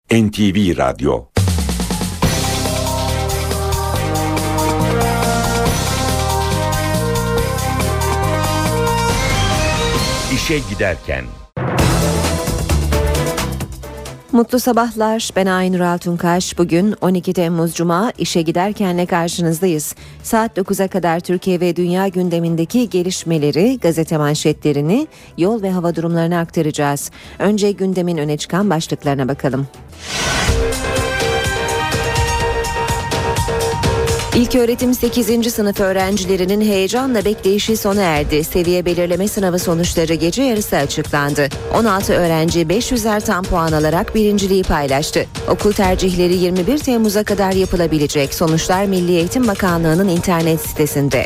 NTV Radyo. İşe giderken. Mutlu sabahlar. Ben Aynur Altunkaş. Bugün 12 Temmuz Cuma, işe giderkenle karşınızdayız. Saat 9'a kadar Türkiye ve dünya gündemindeki gelişmeleri, gazete manşetlerini, yol ve hava durumlarını aktaracağız. Önce gündemin öne çıkan başlıklarına bakalım. İlköğretim 8. sınıf öğrencilerinin heyecanla bekleyişi sona erdi. Seviye belirleme sınavı sonuçları gece yarısı açıklandı. 16 öğrenci 500'er tam puan alarak birinciliği paylaştı. Okul tercihleri 21 Temmuz'a kadar yapılabilecek. Sonuçlar Milli Eğitim Bakanlığı'nın internet sitesinde.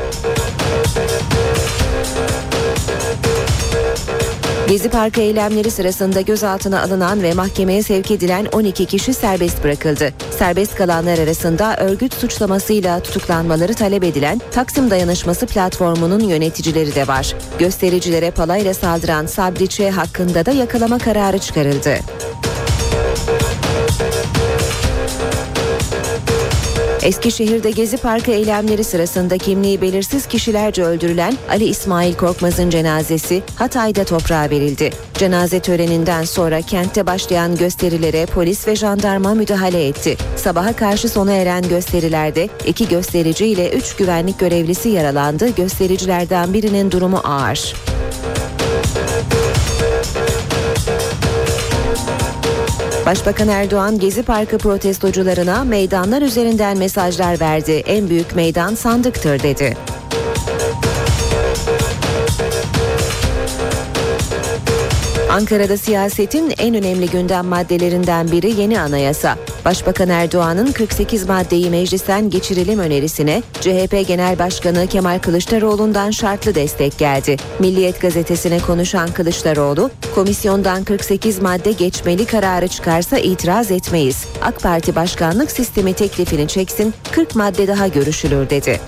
Gezi Parkı eylemleri sırasında gözaltına alınan ve mahkemeye sevk edilen 12 kişi serbest bırakıldı. Serbest kalanlar arasında örgüt suçlamasıyla tutuklanmaları talep edilen Taksim Dayanışması platformunun yöneticileri de var. Göstericilere palayla saldıran Sabri Ç. hakkında da yakalama kararı çıkarıldı. Eskişehir'de Gezi Parkı eylemleri sırasında kimliği belirsiz kişilerce öldürülen Ali İsmail Korkmaz'ın cenazesi Hatay'da toprağa verildi. Cenaze töreninden sonra kentte başlayan gösterilere polis ve jandarma müdahale etti. Sabaha karşı sona eren gösterilerde 2 gösterici ile 3 güvenlik görevlisi yaralandı. Göstericilerden birinin durumu ağır. Başbakan Erdoğan Gezi Parkı protestocularına meydanlar üzerinden mesajlar verdi. En büyük meydan sandıktır dedi. Ankara'da siyasetin en önemli gündem maddelerinden biri yeni anayasa. Başbakan Erdoğan'ın 48 maddeyi meclisten geçirelim önerisine CHP Genel Başkanı Kemal Kılıçdaroğlu'ndan şartlı destek geldi. Milliyet gazetesine konuşan Kılıçdaroğlu, komisyondan 48 madde geçmeli kararı çıkarsa itiraz etmeyiz. AK Parti başkanlık sistemi teklifini çeksin, 40 madde daha görüşülür dedi.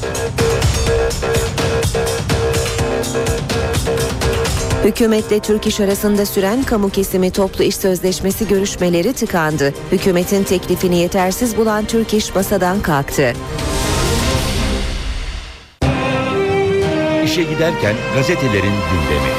Hükümetle Türk İş arasında süren kamu kesimi toplu iş sözleşmesi görüşmeleri tıkandı. Hükümetin teklifini yetersiz bulan Türk İş masadan kalktı. İşe giderken gazetelerin gündemi.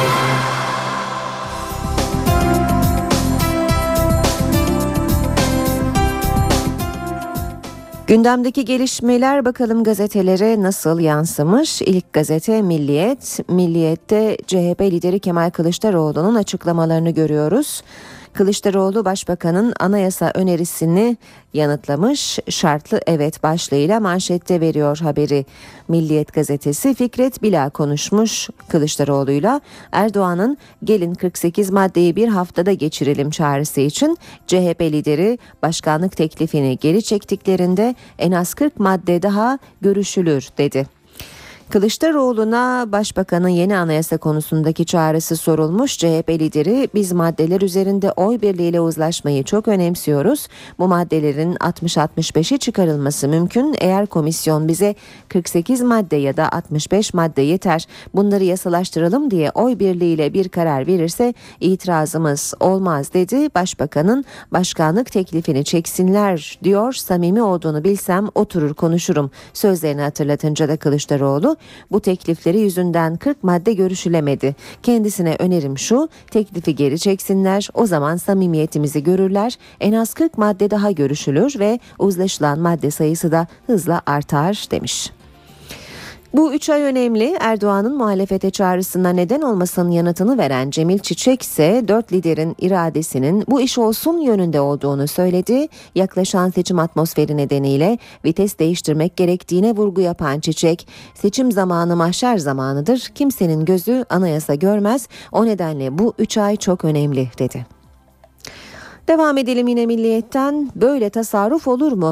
Gündemdeki gelişmeler bakalım gazetelere nasıl yansımış? İlk gazete Milliyet. Milliyet'te CHP lideri Kemal Kılıçdaroğlu'nun açıklamalarını görüyoruz. Kılıçdaroğlu Başbakan'ın anayasa önerisini yanıtlamış. Şartlı evet başlığıyla manşette veriyor haberi. Milliyet gazetesi. Fikret Bila konuşmuş Kılıçdaroğlu'yla. Erdoğan'ın gelin 48 maddeyi bir haftada geçirelim çağrısı için CHP lideri başkanlık teklifini geri çektiklerinde en az 40 madde daha görüşülür dedi. Kılıçdaroğlu'na Başbakan'ın yeni anayasa konusundaki çağrısı sorulmuş. CHP lideri biz maddeler üzerinde oy birliğiyle uzlaşmayı çok önemsiyoruz. Bu maddelerin 60-65'i çıkarılması mümkün. Eğer komisyon bize 48 madde ya da 65 madde yeter, bunları yasalaştıralım diye oy birliğiyle bir karar verirse itirazımız olmaz dedi. Başbakanın başkanlık teklifini çeksinler diyor. Samimi olduğunu bilsem oturur konuşurum sözlerini hatırlatınca da Kılıçdaroğlu bu teklifleri yüzünden 40 madde görüşülemedi. Kendisine önerim şu, teklifi geri çeksinler, o zaman samimiyetimizi görürler, en az 40 madde daha görüşülür ve uzlaşılan madde sayısı da hızla artar demiş. Bu 3 ay önemli. Erdoğan'ın muhalefete çağrısına neden olmasının yanıtını veren Cemil Çiçek ise 4 liderin iradesinin bu iş olsun yönünde olduğunu söyledi. Yaklaşan seçim atmosferi nedeniyle vites değiştirmek gerektiğine vurgu yapan Çiçek, seçim zamanı mahşer zamanıdır. Kimsenin gözü anayasa görmez. O nedenle bu 3 ay çok önemli dedi. Devam edelim yine Milliyet'ten. Böyle tasarruf olur mu?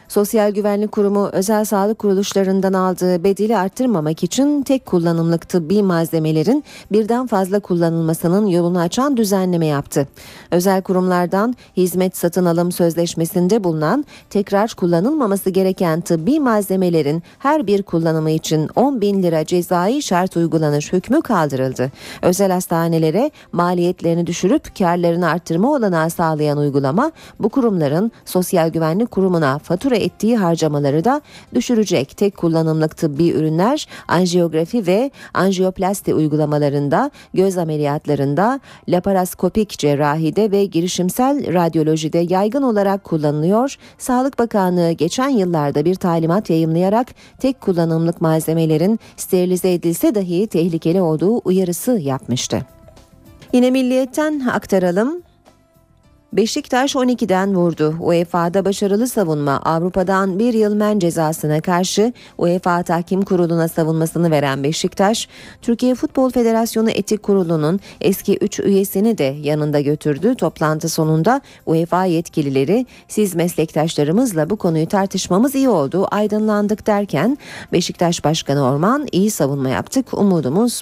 Sosyal Güvenlik Kurumu özel sağlık kuruluşlarından aldığı bedeli arttırmamak için tek kullanımlık tıbbi malzemelerin birden fazla kullanılmasının yolunu açan düzenleme yaptı. Özel kurumlardan hizmet satın alım sözleşmesinde bulunan tekrar kullanılmaması gereken tıbbi malzemelerin her bir kullanımı için 10.000 lira cezai şart uygulanır hükmü kaldırıldı. Özel hastanelere maliyetlerini düşürüp karlarını arttırma olanağı sağlayan uygulama bu kurumların Sosyal Güvenlik Kurumu'na fatura ettiği harcamaları da düşürecek. Tek kullanımlık tıbbi ürünler anjiyografi ve anjiyoplasti uygulamalarında, göz ameliyatlarında, laparoskopik cerrahide ve girişimsel radyolojide yaygın olarak kullanılıyor. Sağlık Bakanlığı geçen yıllarda bir talimat yayımlayarak tek kullanımlık malzemelerin sterilize edilse dahi tehlikeli olduğu uyarısı yapmıştı. Yine Milliyet'ten aktaralım. Beşiktaş 12'den vurdu. UEFA'da başarılı savunma. Avrupa'dan 1 yıl men cezasına karşı UEFA Tahkim Kurulu'na savunmasını veren Beşiktaş, Türkiye Futbol Federasyonu Etik Kurulu'nun eski 3 üyesini de yanında götürdü. Toplantı sonunda UEFA yetkilileri "Siz meslektaşlarımızla bu konuyu tartışmamız iyi oldu, aydınlandık" derken Beşiktaş Başkanı Orman "iyi savunma yaptık, umudumuz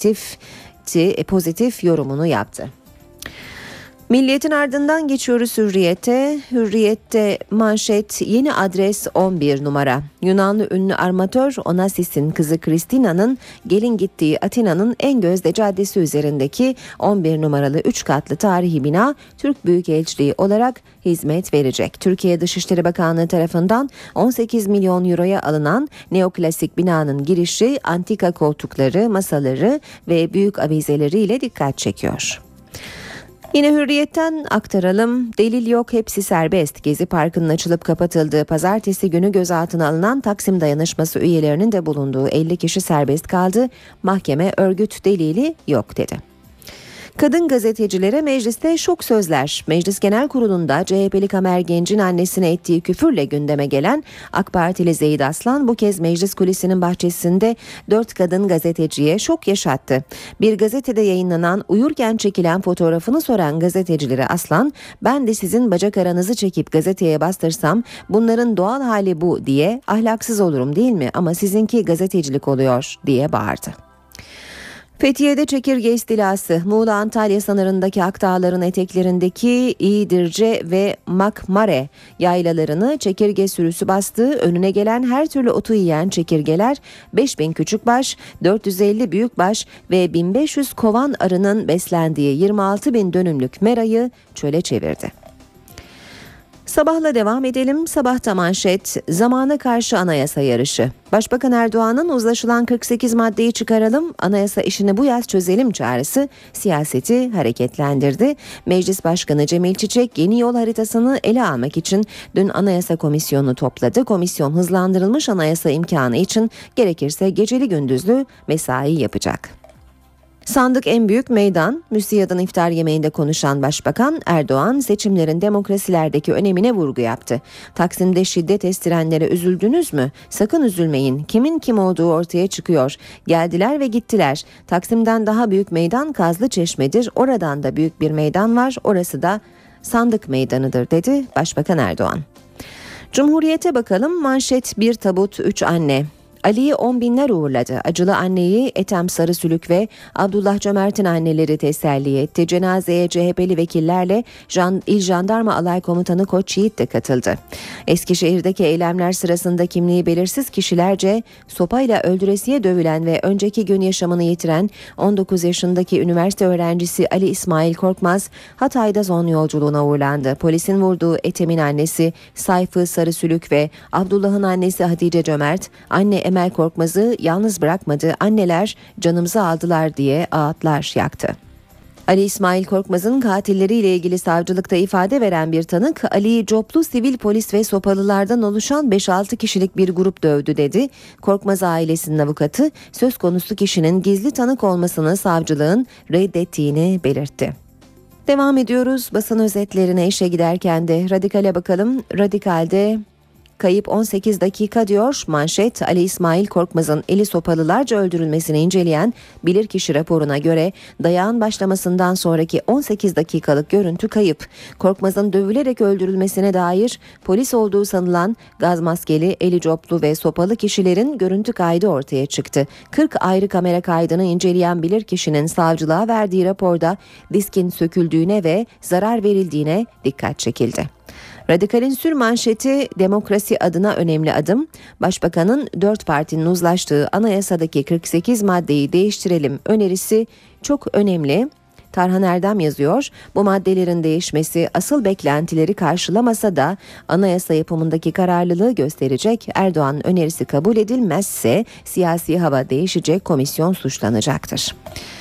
pozitif" yorumunu yaptı. Milliyet'in ardından geçiyoruz Hürriyet'e. Hürriyet'te manşet yeni adres 11 numara. Yunanlı ünlü armatör Onassis'in kızı Kristina'nın gelin gittiği Atina'nın en gözde caddesi üzerindeki 11 numaralı 3 katlı tarihi bina Türk Büyükelçiliği olarak hizmet verecek. Türkiye Dışişleri Bakanlığı tarafından 18 milyon euroya alınan neoklasik binanın girişi antika koltukları, masaları ve büyük avizeleriyle dikkat çekiyor. Yine Hürriyet'ten aktaralım. Delil yok, hepsi serbest. Gezi Parkı'nın açılıp kapatıldığı pazartesi günü gözaltına alınan Taksim Dayanışması üyelerinin de bulunduğu 50 kişi serbest kaldı. Mahkeme örgüt delili yok dedi. Kadın gazetecilere mecliste şok sözler. Meclis Genel Kurulu'nda CHP'li Kamer Genc'in annesine ettiği küfürle gündeme gelen AK Partili Zehid Aslan bu kez meclis kulisinin bahçesinde 4 kadın gazeteciye şok yaşattı. Bir gazetede yayınlanan uyurken çekilen fotoğrafını soran gazetecilere Aslan, "Ben de sizin bacak aranızı çekip gazeteye bastırsam bunların doğal hali bu diye ahlaksız olurum değil mi? Ama sizinki gazetecilik oluyor" diye bağırdı. Fethiye'de çekirge istilası. Muğla-Antalya sınırındaki Akdağların eteklerindeki İğdirce ve Makmare yaylalarını çekirge sürüsü bastığı, önüne gelen her türlü otu yiyen çekirgeler 5.000 küçükbaş, 450 büyükbaş ve 1500 kovan arının beslendiği 26.000 dönümlük merayı çöle çevirdi. Sabahla devam edelim. Sabahta manşet zamana karşı anayasa yarışı. Başbakan Erdoğan'ın uzlaşılan 48 maddeyi çıkaralım, anayasa işini bu yaz çözelim çağrısı siyaseti hareketlendirdi. Meclis Başkanı Cemil Çiçek yeni yol haritasını ele almak için dün Anayasa Komisyonu'nu topladı. Komisyon hızlandırılmış anayasa imkanı için gerekirse geceli gündüzlü mesai yapacak. Sandık en büyük meydan. MÜSİAD'ın iftar yemeğinde konuşan Başbakan Erdoğan seçimlerin demokrasilerdeki önemine vurgu yaptı. Taksim'de şiddet estirenlere üzüldünüz mü? Sakın üzülmeyin. Kimin kim olduğu ortaya çıkıyor. Geldiler ve gittiler. Taksim'den daha büyük meydan Kazlıçeşme'dir. Oradan da büyük bir meydan var. Orası da sandık meydanıdır dedi Başbakan Erdoğan. Cumhuriyet'e bakalım. Manşet bir tabut 3 anne. Ali'yi 10 binler uğurladı. Acılı anneyi Ethem Sarısülük ve Abdullah Cömert'in anneleri teselli etti. Cenazeye CHP'li vekillerle İl Jandarma Alay Komutanı Koç Yiğit de katıldı. Eskişehir'deki eylemler sırasında kimliği belirsiz kişilerce sopayla öldüresiye dövülen ve önceki gün yaşamını yitiren 19 yaşındaki üniversite öğrencisi Ali İsmail Korkmaz Hatay'da son yolculuğuna uğurlandı. Polisin vurduğu Ethem'in annesi Sayfı Sarısülük ve Abdullah'ın annesi Hatice Cömert, anne Emel Korkmaz'ı yalnız bırakmadı, anneler canımızı aldılar diye ağıtlar yaktı. Ali İsmail Korkmaz'ın katilleriyle ilgili savcılıkta ifade veren bir tanık, Ali'yi coplu sivil polis ve sopalılardan oluşan 5-6 kişilik bir grup dövdü dedi. Korkmaz ailesinin avukatı söz konusu kişinin gizli tanık olmasını savcılığın reddettiğini belirtti. Devam ediyoruz basın özetlerine. İşe giderken de Radikal'e bakalım. Radikal'de Kayıp 18 dakika diyor manşet. Ali İsmail Korkmaz'ın eli sopalılarca öldürülmesini inceleyen bilirkişi raporuna göre dayağın başlamasından sonraki 18 dakikalık görüntü kayıp. Korkmaz'ın dövülerek öldürülmesine dair polis olduğu sanılan gaz maskeli, eli coplu ve sopalı kişilerin görüntü kaydı ortaya çıktı. 40 ayrı kamera kaydını inceleyen bilirkişinin savcılığa verdiği raporda diskin söküldüğüne ve zarar verildiğine dikkat çekildi. Radikal'in sürmanşeti demokrasi adına önemli adım. Başbakanın 4 partinin uzlaştığı anayasadaki 48 maddeyi değiştirelim önerisi çok önemli. Tarhan Erdem yazıyor, bu maddelerin değişmesi asıl beklentileri karşılamasa da anayasa yapımındaki kararlılığı gösterecek. Erdoğan önerisi kabul edilmezse siyasi hava değişecek, komisyon suçlanacaktır.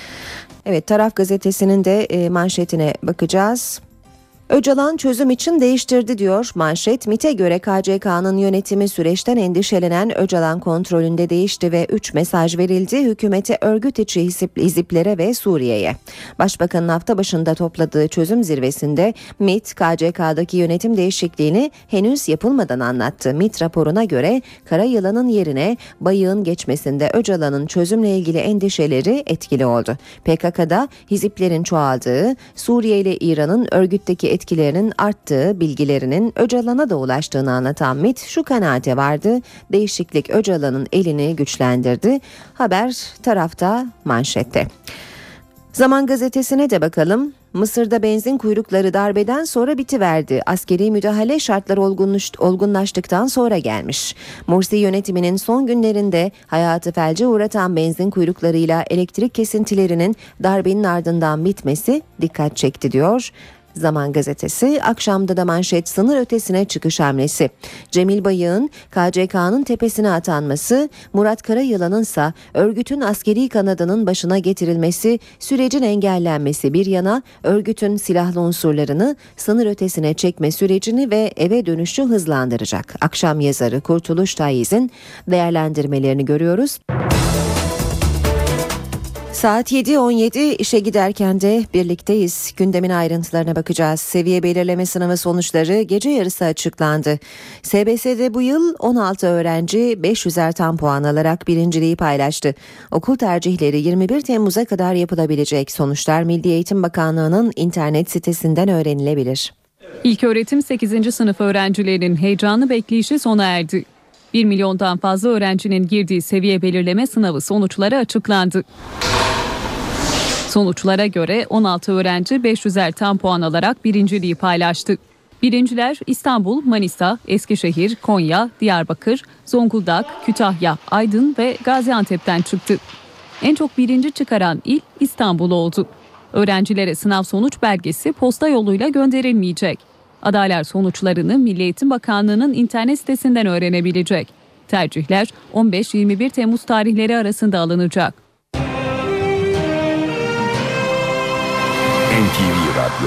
Evet, Taraf gazetesinin de manşetine bakacağız. Öcalan çözüm için değiştirdi diyor manşet. MİT'e göre KCK'nın yönetimi süreçten endişelenen Öcalan kontrolünde değişti ve 3 mesaj verildi. Hükümete, örgüt içi hiziplere ve Suriye'ye. Başbakanın hafta başında topladığı çözüm zirvesinde MİT, KCK'daki yönetim değişikliğini henüz yapılmadan anlattı. MİT raporuna göre Karayılan'ın yerine Bayık'ın geçmesinde Öcalan'ın çözümle ilgili endişeleri etkili oldu. PKK'da hiziplerin çoğaldığı, Suriye ile İran'ın örgütteki etkilerinin arttığı bilgilerinin Öcalan'a da ulaştığını anlatan MİT şu kanaate vardı: değişiklik Öcalan'ın elini güçlendirdi. Haber Taraf'ta manşette. Zaman gazetesine de bakalım. Mısır'da benzin kuyrukları darbeden sonra bitiverdi. Askeri müdahale şartlar olgunlaştıktan sonra gelmiş. Mursi yönetiminin son günlerinde hayatı felce uğratan benzin kuyruklarıyla elektrik kesintilerinin darbenin ardından bitmesi dikkat çekti diyor Zaman gazetesi. Akşamda da manşet sınır ötesine çıkış hamlesi. Cemil Bayık'ın KCK'nın tepesine atanması, Murat Karayılan'ın ise örgütün askeri kanadının başına getirilmesi, sürecin engellenmesi bir yana örgütün silahlı unsurlarını sınır ötesine çekme sürecini ve eve dönüşü hızlandıracak. Akşam yazarı Kurtuluş Tayyiz'in değerlendirmelerini görüyoruz. Saat 7.17 işe giderken de birlikteyiz. Gündemin ayrıntılarına bakacağız. Seviye belirleme sınavı sonuçları gece yarısı açıklandı. SBS'de bu yıl 16 öğrenci 500'er tam puan alarak birinciliği paylaştı. Okul tercihleri 21 Temmuz'a kadar yapılabilecek. Sonuçlar Milli Eğitim Bakanlığı'nın internet sitesinden öğrenilebilir. İlköğretim 8. sınıf öğrencilerinin heyecanlı bekleyişi sona erdi. 1 milyondan fazla öğrencinin girdiği seviye belirleme sınavı sonuçları açıklandı. Sonuçlara göre 16 öğrenci 500'er tam puan alarak birinciliği paylaştı. Birinciler İstanbul, Manisa, Eskişehir, Konya, Diyarbakır, Zonguldak, Kütahya, Aydın ve Gaziantep'ten çıktı. En çok birinci çıkaran il İstanbul oldu. Öğrencilere sınav sonuç belgesi posta yoluyla gönderilmeyecek. Adaylar sonuçlarını Milli Eğitim Bakanlığı'nın internet sitesinden öğrenebilecek. Tercihler 15-21 Temmuz tarihleri arasında alınacak. NTV Radyo.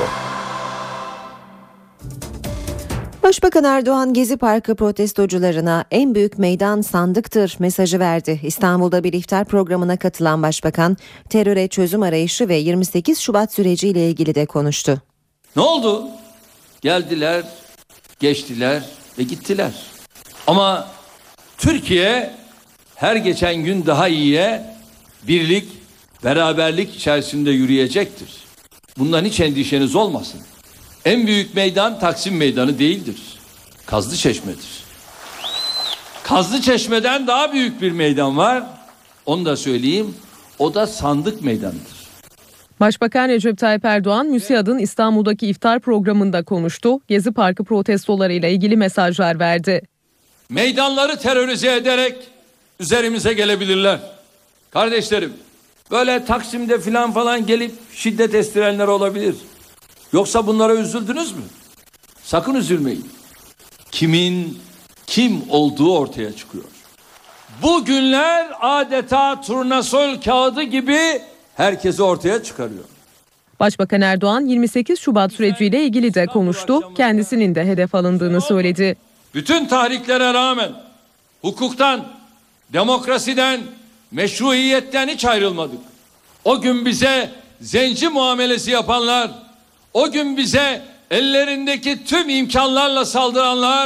Başbakan Erdoğan Gezi Parkı protestocularına en büyük meydan sandıktır mesajı verdi. İstanbul'da bir iftar programına katılan başbakan teröre çözüm arayışı ve 28 Şubat süreciyle ilgili de konuştu. Ne oldu? Geldiler, geçtiler ve gittiler. Ama Türkiye her geçen gün daha iyiye, birlik, beraberlik içerisinde yürüyecektir. Bundan hiç endişeniz olmasın. En büyük meydan Taksim Meydanı değildir. Kazlıçeşme'dir. Kazlıçeşme'den daha büyük bir meydan var. Onu da söyleyeyim. O da Sandık Meydanı'dır. Başbakan Recep Tayyip Erdoğan, MÜSİAD'ın İstanbul'daki iftar programında konuştu. Gezi Parkı protestolarıyla ilgili mesajlar verdi. Meydanları terörize ederek üzerimize gelebilirler. Kardeşlerim, böyle Taksim'de falan gelip şiddet estirenler olabilir. Yoksa bunlara üzüldünüz mü? Sakın üzülmeyin. Kimin kim olduğu ortaya çıkıyor. Bu günler adeta turnasol kağıdı gibi herkesi ortaya çıkarıyor. Başbakan Erdoğan 28 Şubat süreciyle ilgili de konuştu. Kendisinin de hedef alındığını söyledi. Bütün tahriklere rağmen hukuktan, demokrasiden, meşruiyetten hiç ayrılmadık. O gün bize zenci muamelesi yapanlar, o gün bize ellerindeki tüm imkanlarla saldıranlar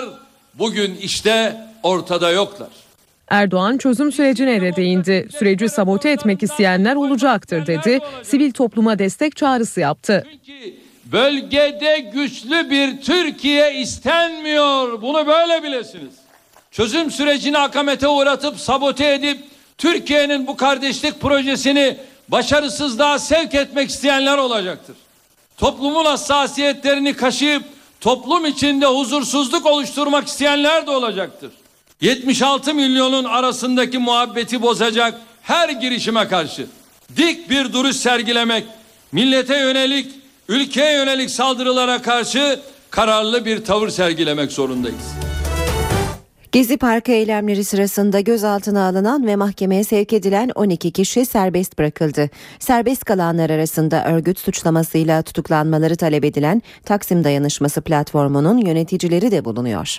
bugün işte ortada yoklar. Erdoğan çözüm sürecine de değindi. Süreci sabote etmek isteyenler olacaktır dedi. Sivil topluma destek çağrısı yaptı. Çünkü bölgede güçlü bir Türkiye istenmiyor. Bunu böyle bilesiniz. Çözüm sürecini akamete uğratıp sabote edip Türkiye'nin bu kardeşlik projesini başarısızlığa sevk etmek isteyenler olacaktır. Toplumun hassasiyetlerini kaşıyıp toplum içinde huzursuzluk oluşturmak isteyenler de olacaktır. 76 milyonun arasındaki muhabbeti bozacak her girişime karşı dik bir duruş sergilemek, millete yönelik, ülkeye yönelik saldırılara karşı kararlı bir tavır sergilemek zorundayız. Gezi Parkı eylemleri sırasında gözaltına alınan ve mahkemeye sevk edilen 12 kişi serbest bırakıldı. Serbest kalanlar arasında örgüt suçlamasıyla tutuklanmaları talep edilen Taksim Dayanışması platformunun yöneticileri de bulunuyor.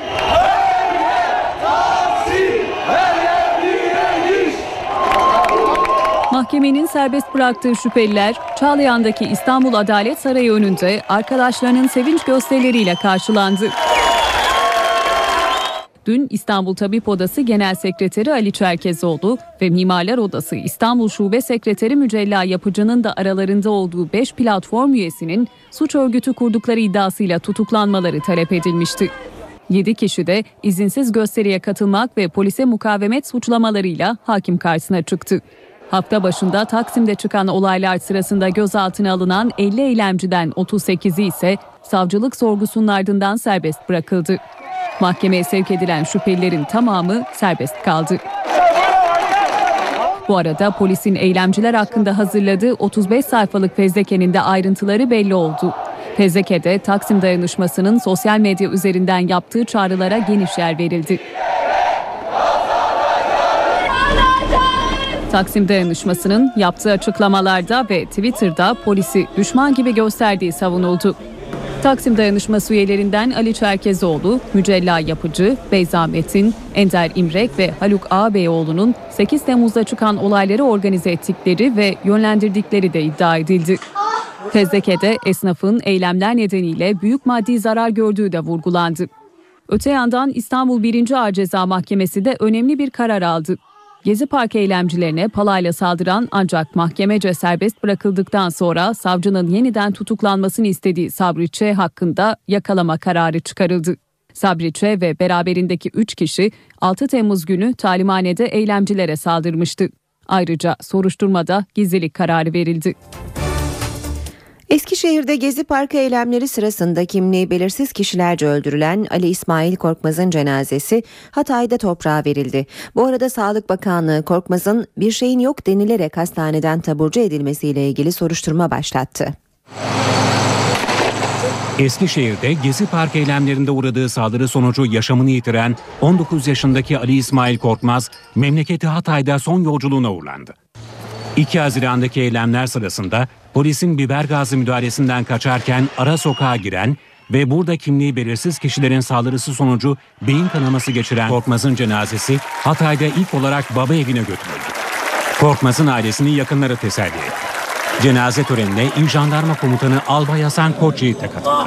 Mahkemenin serbest bıraktığı şüpheliler Çağlayan'daki İstanbul Adalet Sarayı önünde arkadaşlarının sevinç gösterileriyle karşılandı. Dün İstanbul Tabip Odası Genel Sekreteri Ali Çerkezoğlu ve Mimarlar Odası İstanbul Şube Sekreteri Mücella Yapıcı'nın da aralarında olduğu 5 platform üyesinin suç örgütü kurdukları iddiasıyla tutuklanmaları talep edilmişti. 7 kişi de izinsiz gösteriye katılmak ve polise mukavemet suçlamalarıyla hakim karşısına çıktı. Hafta başında Taksim'de çıkan olaylar sırasında gözaltına alınan 50 eylemciden 38'i ise savcılık sorgusunun ardından serbest bırakıldı. Mahkemeye sevk edilen şüphelilerin tamamı serbest kaldı. Bu arada polisin eylemciler hakkında hazırladığı 35 sayfalık fezlekenin de ayrıntıları belli oldu. Fezlekede Taksim Dayanışması'nın sosyal medya üzerinden yaptığı çağrılara geniş yer verildi. Taksim Dayanışması'nın yaptığı açıklamalarda ve Twitter'da polisi düşman gibi gösterdiği savunuldu. Taksim Dayanışması üyelerinden Ali Çerkezoğlu, Mücella Yapıcı, Beyza Metin, Ender İmrek ve Haluk Ağabeyoğlu'nun 8 Temmuz'da çıkan olayları organize ettikleri ve yönlendirdikleri de iddia edildi. Fezleke'de esnafın eylemler nedeniyle büyük maddi zarar gördüğü de vurgulandı. Öte yandan İstanbul 1. Ağır Ceza Mahkemesi de önemli bir karar aldı. Gezi Parkı eylemcilerine palayla saldıran ancak mahkemece serbest bırakıldıktan sonra savcının yeniden tutuklanmasını istediği Sabri Ç. hakkında yakalama kararı çıkarıldı. Sabri Ç. ve beraberindeki 3 kişi 6 Temmuz günü talimhanede eylemcilere saldırmıştı. Ayrıca soruşturmada gizlilik kararı verildi. Eskişehir'de Gezi Parkı eylemleri sırasında kimliği belirsiz kişilerce öldürülen Ali İsmail Korkmaz'ın cenazesi Hatay'da toprağa verildi. Bu arada Sağlık Bakanlığı Korkmaz'ın bir şeyin yok denilerek hastaneden taburcu edilmesiyle ilgili soruşturma başlattı. Eskişehir'de Gezi Parkı eylemlerinde uğradığı saldırı sonucu yaşamını yitiren 19 yaşındaki Ali İsmail Korkmaz, memleketi Hatay'da son yolculuğuna uğurlandı. 2 Haziran'daki eylemler sırasında polisin biber gazı müdahalesinden kaçarken ara sokağa giren ve burada kimliği belirsiz kişilerin saldırısı sonucu beyin kanaması geçiren Korkmaz'ın cenazesi Hatay'da ilk olarak baba evine götürüldü. Korkmaz'ın ailesini yakınları teselli etti. Cenaze törenine İl Jandarma Komutanı Albay Hasan Koçyiğit de katıldı.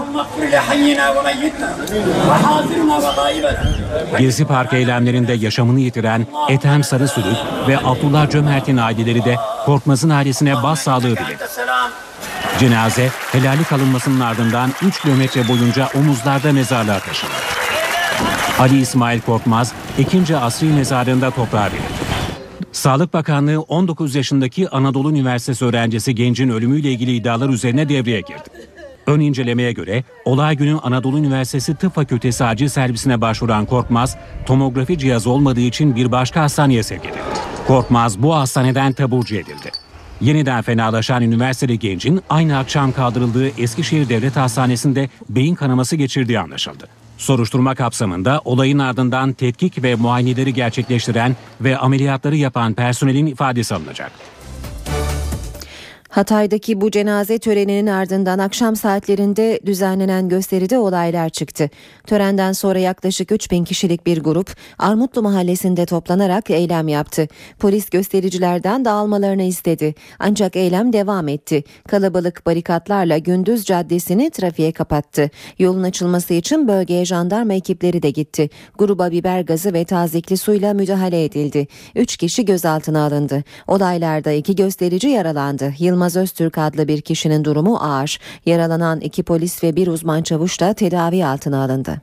Gezi Parkı eylemlerinde yaşamını yitiren Ethem Sarısülük ve Abdullah Cömert'in aileleri de Korkmaz'ın ailesine başsağlığı diledi. Cenaze helallik alınmasının ardından 3 kilometre boyunca omuzlarda mezarlığa taşındı. Ali İsmail Korkmaz 2. Asri Mezarlığı'nda toprağa verildi. Sağlık Bakanlığı 19 yaşındaki Anadolu Üniversitesi öğrencisi gencin ölümüyle ilgili iddialar üzerine devreye girdi. Ön incelemeye göre olay günü Anadolu Üniversitesi Tıp Fakültesi acil servisine başvuran Korkmaz, tomografi cihazı olmadığı için bir başka hastaneye sevk edildi. Korkmaz bu hastaneden taburcu edildi. Yeniden fenalaşan üniversiteli gencin aynı akşam kaldırıldığı Eskişehir Devlet Hastanesi'nde beyin kanaması geçirdiği anlaşıldı. Soruşturma kapsamında olayın ardından tetkik ve muayeneleri gerçekleştiren ve ameliyatları yapan personelin ifadesi alınacak. Hatay'daki bu cenaze töreninin ardından akşam saatlerinde düzenlenen gösteride olaylar çıktı. Törenden sonra yaklaşık 3000 kişilik bir grup Armutlu Mahallesi'nde toplanarak eylem yaptı. Polis göstericilerden dağılmalarını istedi. Ancak eylem devam etti. Kalabalık barikatlarla Gündüz Caddesi'ni trafiğe kapattı. Yolun açılması için bölgeye jandarma ekipleri de gitti. Gruba biber gazı ve tazikli suyla müdahale edildi. 3 kişi gözaltına alındı. Olaylarda 2 gösterici yaralandı. Yılmaz Öztürk adlı bir kişinin durumu ağır. Yaralanan 2 polis ve 1 uzman çavuş da tedavi altına alındı.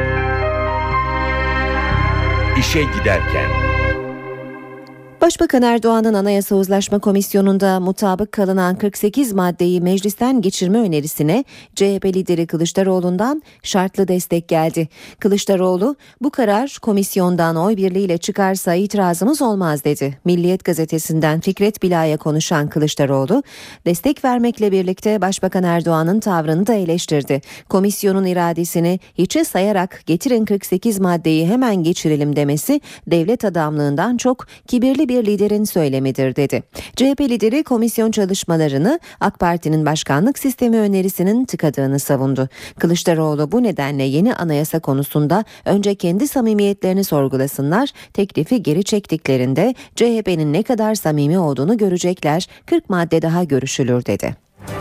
İşe giderken. Başbakan Erdoğan'ın Anayasa Uzlaşma Komisyonu'nda mutabık kalınan 48 maddeyi meclisten geçirme önerisine CHP lideri Kılıçdaroğlu'ndan şartlı destek geldi. Kılıçdaroğlu, bu karar komisyondan oy birliğiyle çıkarsa itirazımız olmaz dedi. Milliyet gazetesinden Fikret Bila'ya konuşan Kılıçdaroğlu, destek vermekle birlikte Başbakan Erdoğan'ın tavrını da eleştirdi. Komisyonun iradesini hiçe sayarak getirin 48 maddeyi hemen geçirelim demesi devlet adamlığından çok kibirli bir liderin söylemidir dedi. CHP lideri komisyon çalışmalarını AK Parti'nin başkanlık sistemi önerisinin tıkadığını savundu. Kılıçdaroğlu bu nedenle yeni anayasa konusunda önce kendi samimiyetlerini sorgulasınlar, teklifi geri çektiklerinde CHP'nin ne kadar samimi olduğunu görecekler, 40 madde daha görüşülür dedi.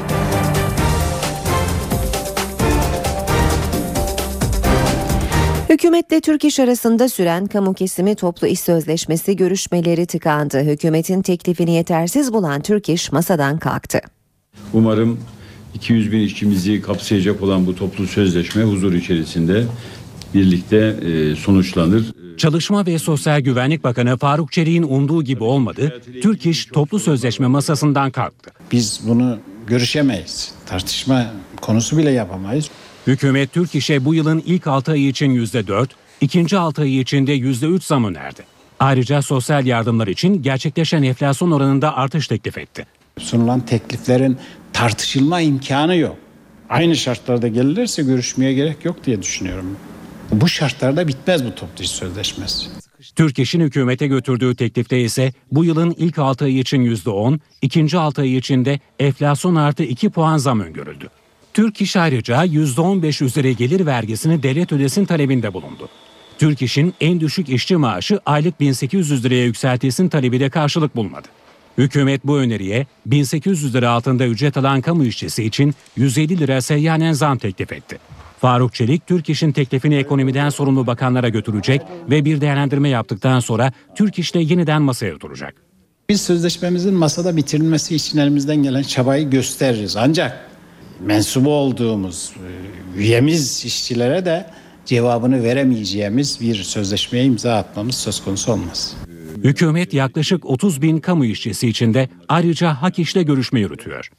Hükümetle Türk İş arasında süren kamu kesimi toplu iş sözleşmesi görüşmeleri tıkandı. Hükümetin teklifini yetersiz bulan Türk İş masadan kalktı. Umarım 200 bin işçimizi kapsayacak olan bu toplu sözleşme huzur içerisinde birlikte sonuçlanır. Çalışma ve Sosyal Güvenlik Bakanı Faruk Çelik'in umduğu gibi olmadı. Türk İş toplu sözleşme masasından kalktı. Biz bunu görüşemeyiz. Tartışma konusu bile yapamayız. Hükümet Türk İş'e bu yılın ilk 6 ayı için %4, ikinci 6 ayı için de %3 zam önerdi. Ayrıca sosyal yardımlar için gerçekleşen enflasyon oranında artış teklif etti. Sunulan tekliflerin tartışılma imkanı yok. Aynı şartlarda gelirlerse görüşmeye gerek yok diye düşünüyorum. Bu şartlarda bitmez bu toplu iş sözleşmesi. Türk İş'in hükümete götürdüğü teklifte ise bu yılın ilk 6 ayı için %10, ikinci 6 ayı için de enflasyon artı 2 puan zam öngörüldü. Türk İş ayrıca %15 üzeri gelir vergisini devlet ödesin talebinde bulundu. Türk İş'in en düşük işçi maaşı aylık 1800 liraya yükseltilsin talebi de karşılık bulmadı. Hükümet bu öneriye 1800 lira altında ücret alan kamu işçisi için 150 lira seyyanen zam teklif etti. Faruk Çelik, Türk İş'in teklifini ekonomiden sorumlu bakanlara götürecek ve bir değerlendirme yaptıktan sonra Türk İş'le yeniden masaya oturacak. Biz sözleşmemizin masada bitirilmesi için elimizden gelen çabayı gösteririz. Ancak mensubu olduğumuz üyemiz işçilere de cevabını veremeyeceğimiz bir sözleşmeye imza atmamız söz konusu olmaz. Hükümet yaklaşık 30 bin kamu işçisi için de ayrıca Hak İş'le görüşme yürütüyor.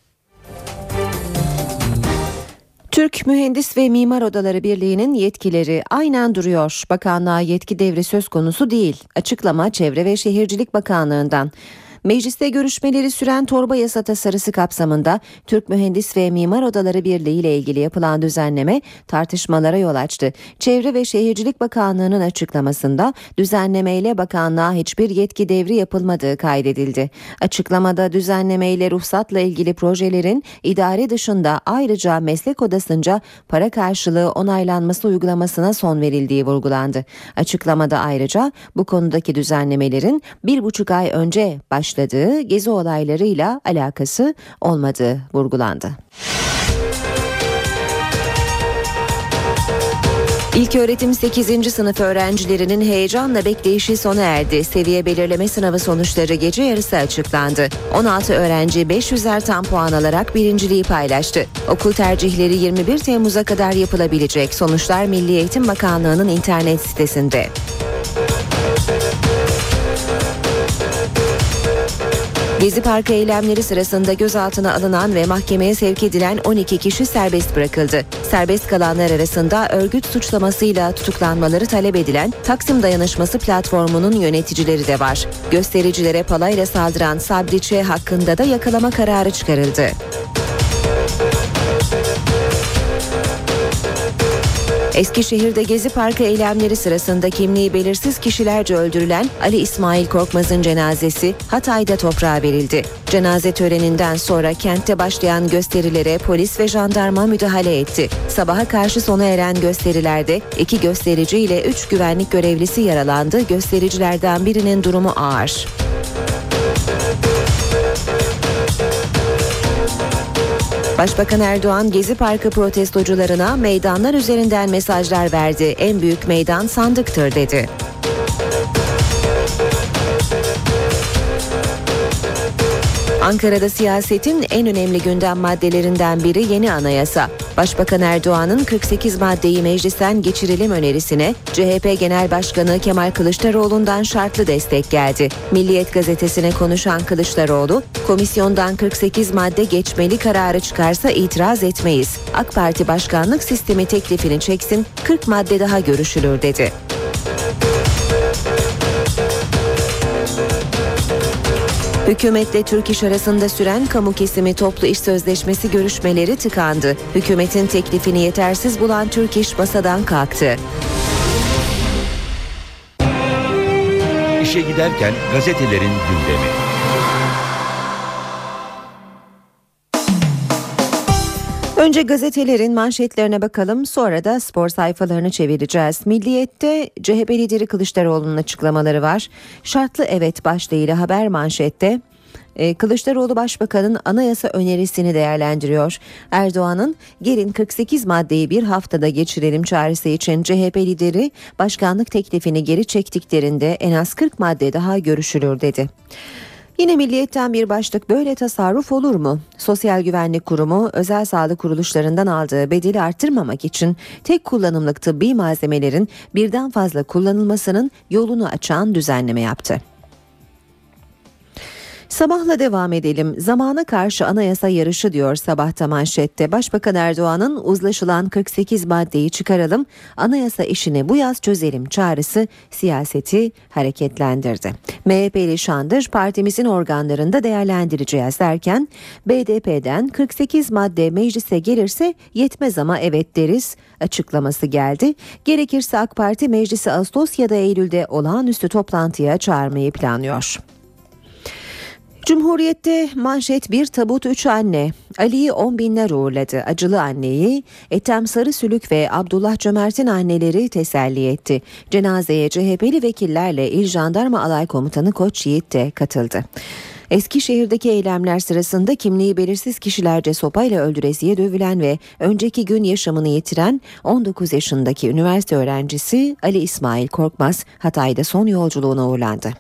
Türk Mühendis ve Mimar Odaları Birliği'nin yetkileri aynen duruyor. Bakanlığa yetki devri söz konusu değil. Açıklama Çevre ve Şehircilik Bakanlığı'ndan. Mecliste görüşmeleri süren torba yasa tasarısı kapsamında Türk Mühendis ve Mimar Odaları Birliği ile ilgili yapılan düzenleme tartışmalara yol açtı. Çevre ve Şehircilik Bakanlığı'nın açıklamasında düzenlemeyle bakanlığa hiçbir yetki devri yapılmadığı kaydedildi. Açıklamada düzenlemeyle ruhsatla ilgili projelerin idare dışında ayrıca meslek odasınca para karşılığı onaylanması uygulamasına son verildiği vurgulandı. Açıklamada ayrıca bu konudaki düzenlemelerin 1,5 ay önce başladığı gezi olaylarıyla alakası olmadığı vurgulandı. İlköğretim 8. sınıf öğrencilerinin heyecanla bekleyişi sona erdi. Seviye belirleme sınavı sonuçları gece yarısı açıklandı. 16 öğrenci 500'er tam puan alarak birinciliği paylaştı. Okul tercihleri 21 Temmuz'a kadar yapılabilecek. Sonuçlar Milli Eğitim Bakanlığı'nın internet sitesinde. Gezi Parkı eylemleri sırasında gözaltına alınan ve mahkemeye sevk edilen 12 kişi serbest bırakıldı. Serbest kalanlar arasında örgüt suçlamasıyla tutuklanmaları talep edilen Taksim Dayanışması platformunun yöneticileri de var. Göstericilere palayla saldıran Sabri Ç. hakkında da yakalama kararı çıkarıldı. Eskişehir'de Gezi Parkı eylemleri sırasında kimliği belirsiz kişilerce öldürülen Ali İsmail Korkmaz'ın cenazesi Hatay'da toprağa verildi. Cenaze töreninden sonra kentte başlayan gösterilere polis ve jandarma müdahale etti. Sabaha karşı sona eren gösterilerde 2 gösterici ile 3 güvenlik görevlisi yaralandı. Göstericilerden birinin durumu ağır. Başbakan Erdoğan Gezi Parkı protestocularına meydanlar üzerinden mesajlar verdi. En büyük meydan sandıktır dedi. Ankara'da siyasetin en önemli gündem maddelerinden biri yeni anayasa. Başbakan Erdoğan'ın 48 maddeyi meclisten geçirelim önerisine CHP Genel Başkanı Kemal Kılıçdaroğlu'ndan şartlı destek geldi. Milliyet gazetesine konuşan Kılıçdaroğlu, komisyondan 48 madde geçmeli kararı çıkarsa itiraz etmeyiz. AK Parti başkanlık sistemi teklifini çeksin, 40 madde daha görüşülür dedi. Hükümetle Türk İş arasında süren kamu kesimi toplu iş sözleşmesi görüşmeleri tıkandı. Hükümetin teklifini yetersiz bulan Türk İş masadan kalktı. İşe giderken gazetelerin gündemi. Önce gazetelerin manşetlerine bakalım, sonra da spor sayfalarını çevireceğiz. Milliyet'te CHP lideri Kılıçdaroğlu'nun açıklamaları var. Şartlı evet başlığıyla haber manşette. Kılıçdaroğlu Başbakan'ın anayasa önerisini değerlendiriyor. Erdoğan'ın gelin 48 maddeyi bir haftada geçirelim çağrısı için CHP lideri başkanlık teklifini geri çektiklerinde en az 40 madde daha görüşülür dedi. Yine Milliyet'ten bir başlık, böyle tasarruf olur mu? Sosyal Güvenlik Kurumu özel sağlık kuruluşlarından aldığı bedeli arttırmamak için tek kullanımlık tıbbi malzemelerin birden fazla kullanılmasının yolunu açan düzenleme yaptı. Sabahla devam edelim. Zamana karşı anayasa yarışı diyor Sabah'ta manşette. Başbakan Erdoğan'ın uzlaşılan 48 maddeyi çıkaralım, anayasa işini bu yaz çözelim çağrısı siyaseti hareketlendirdi. MHP'li Şandır, partimizin organlarında değerlendireceğiz derken BDP'den 48 madde meclise gelirse yetmez ama evet deriz açıklaması geldi. Gerekirse AK Parti meclisi Ağustos ya da Eylül'de olağanüstü toplantıya çağırmayı planlıyor. Cumhuriyet'te manşet, bir tabut 3 anne. Ali'yi 10 binler uğurladı. Acılı anneyi Ethem Sarısülük ve Abdullah Cömert'in anneleri teselli etti. Cenazeye CHP'li vekillerle İl Jandarma Alay Komutanı Koç Yiğit de katıldı. Eskişehir'deki eylemler sırasında kimliği belirsiz kişilerce sopayla öldüresiye dövülen ve önceki gün yaşamını yitiren 19 yaşındaki üniversite öğrencisi Ali İsmail Korkmaz Hatay'da son yolculuğuna uğurlandı.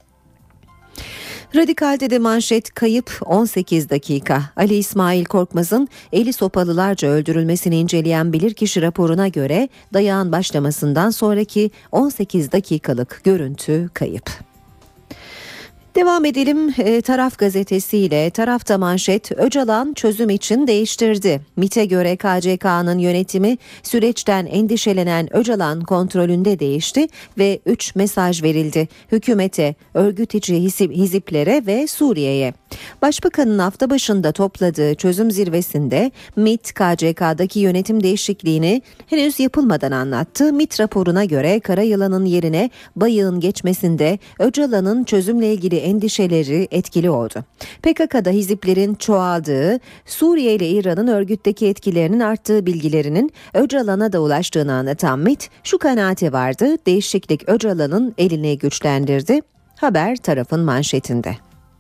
Radikal'de de manşet, kayıp 18 dakika. Ali İsmail Korkmaz'ın eli sopalılarca öldürülmesini inceleyen bilirkişi raporuna göre dayağın başlamasından sonraki 18 dakikalık görüntü kayıp. Devam edelim Taraf gazetesiyle. Tarafta manşet, Öcalan çözüm için değiştirdi. MİT'e göre KCK'nın yönetimi süreçten endişelenen Öcalan kontrolünde değişti ve 3 mesaj verildi. Hükümete, örgüt içi hiziplere ve Suriye'ye. Başbakanın hafta başında topladığı çözüm zirvesinde MİT KCK'daki yönetim değişikliğini henüz yapılmadan anlattı. MİT raporuna göre Karayılan'ın yerine Bayık'ın geçmesinde Öcalan'ın çözümle ilgili endişeleri etkili oldu. PKK'da hiziplerin çoğaldığı, Suriye ile İran'ın örgütteki etkilerinin arttığı bilgilerinin Öcalan'a da ulaştığını anlatan MİT şu kanaate vardı: değişiklik Öcalan'ın elini güçlendirdi. Haber Taraf'ın manşetinde.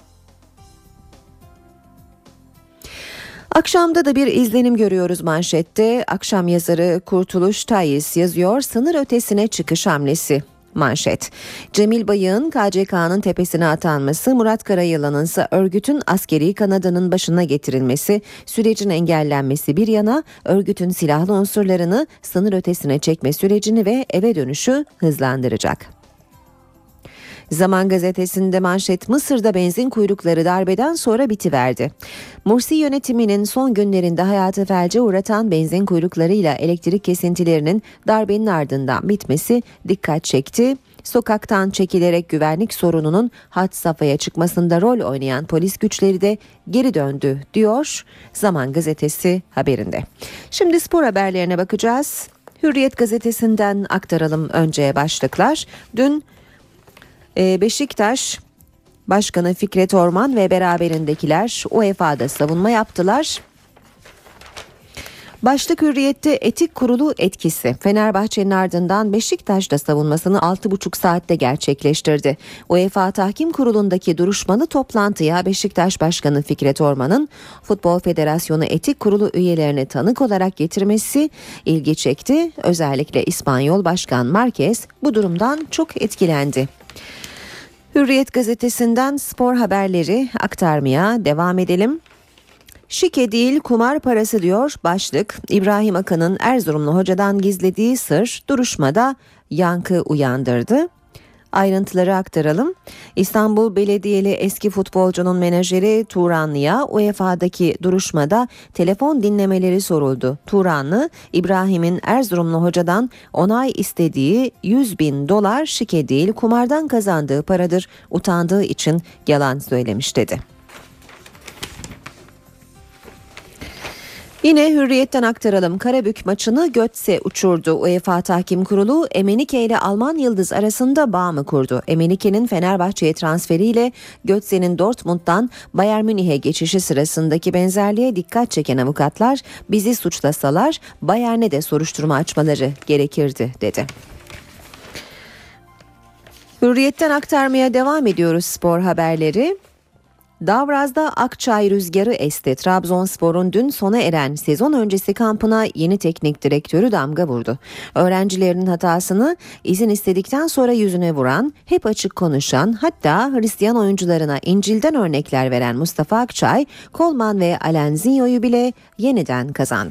Akşamda da bir izlenim görüyoruz manşette. Akşam yazarı Kurtuluş Tayiz yazıyor, sınır ötesine çıkış hamlesi. Manşet, Cemil Bayık'ın KCK'nın tepesine atanması, Murat Karayılan'ın ise örgütün askeri kanadının başına getirilmesi, sürecin engellenmesi bir yana örgütün silahlı unsurlarını sınır ötesine çekme sürecini ve eve dönüşü hızlandıracak. Zaman gazetesinde manşet, Mısır'da benzin kuyrukları darbeden sonra bitiverdi. Mursi yönetiminin son günlerinde hayatı felce uğratan benzin kuyruklarıyla elektrik kesintilerinin darbenin ardından bitmesi dikkat çekti. Sokaktan çekilerek güvenlik sorununun had safhaya çıkmasında rol oynayan polis güçleri de geri döndü diyor Zaman gazetesi haberinde. Şimdi spor haberlerine bakacağız. Hürriyet gazetesinden aktaralım önce başlıklar. Dün Beşiktaş Başkanı Fikret Orman ve beraberindekiler UEFA'da savunma yaptılar. Başlık Hürriyet'te etik kurulu etkisi. Fenerbahçe'nin ardından Beşiktaş'ta savunmasını 6,5 saatte gerçekleştirdi. UEFA Tahkim Kurulu'ndaki duruşmalı toplantıya Beşiktaş Başkanı Fikret Orman'ın Futbol Federasyonu Etik Kurulu üyelerini tanık olarak getirmesi ilgi çekti. Özellikle İspanyol Başkan Marquez bu durumdan çok etkilendi. Hürriyet gazetesinden spor haberleri aktarmaya devam edelim. Şike değil kumar parası diyor başlık. İbrahim Akan'ın Erzurumlu hocadan gizlediği sır duruşmada yankı uyandırdı. Ayrıntıları aktaralım. İstanbul Belediyeli eski futbolcunun menajeri Turanlı'ya UEFA'daki duruşmada telefon dinlemeleri soruldu. Turanlı, İbrahim'in Erzurumlu hocadan onay istediği $100.000 şike değil kumardan kazandığı paradır. Utandığı için yalan söylemiş dedi. Yine Hürriyet'ten aktaralım. Karabük maçını Götze uçurdu. UEFA Tahkim Kurulu Emenike ile Alman Yıldız arasında bağ mı kurdu? Emenike'nin Fenerbahçe'ye transferiyle Götze'nin Dortmund'dan Bayern Münih'e geçişi sırasındaki benzerliğe dikkat çeken avukatlar bizi suçlasalar Bayern'e de soruşturma açmaları gerekirdi dedi. Hürriyet'ten aktarmaya devam ediyoruz spor haberleri. Davraz'da Akçay rüzgarı esti. Trabzonspor'un dün sona eren sezon öncesi kampına yeni teknik direktörü damga vurdu. Öğrencilerinin hatasını izin istedikten sonra yüzüne vuran, hep açık konuşan, hatta Hristiyan oyuncularına İncil'den örnekler veren Mustafa Akçay, Kolman ve Alenzinho'yu bile yeniden kazandı.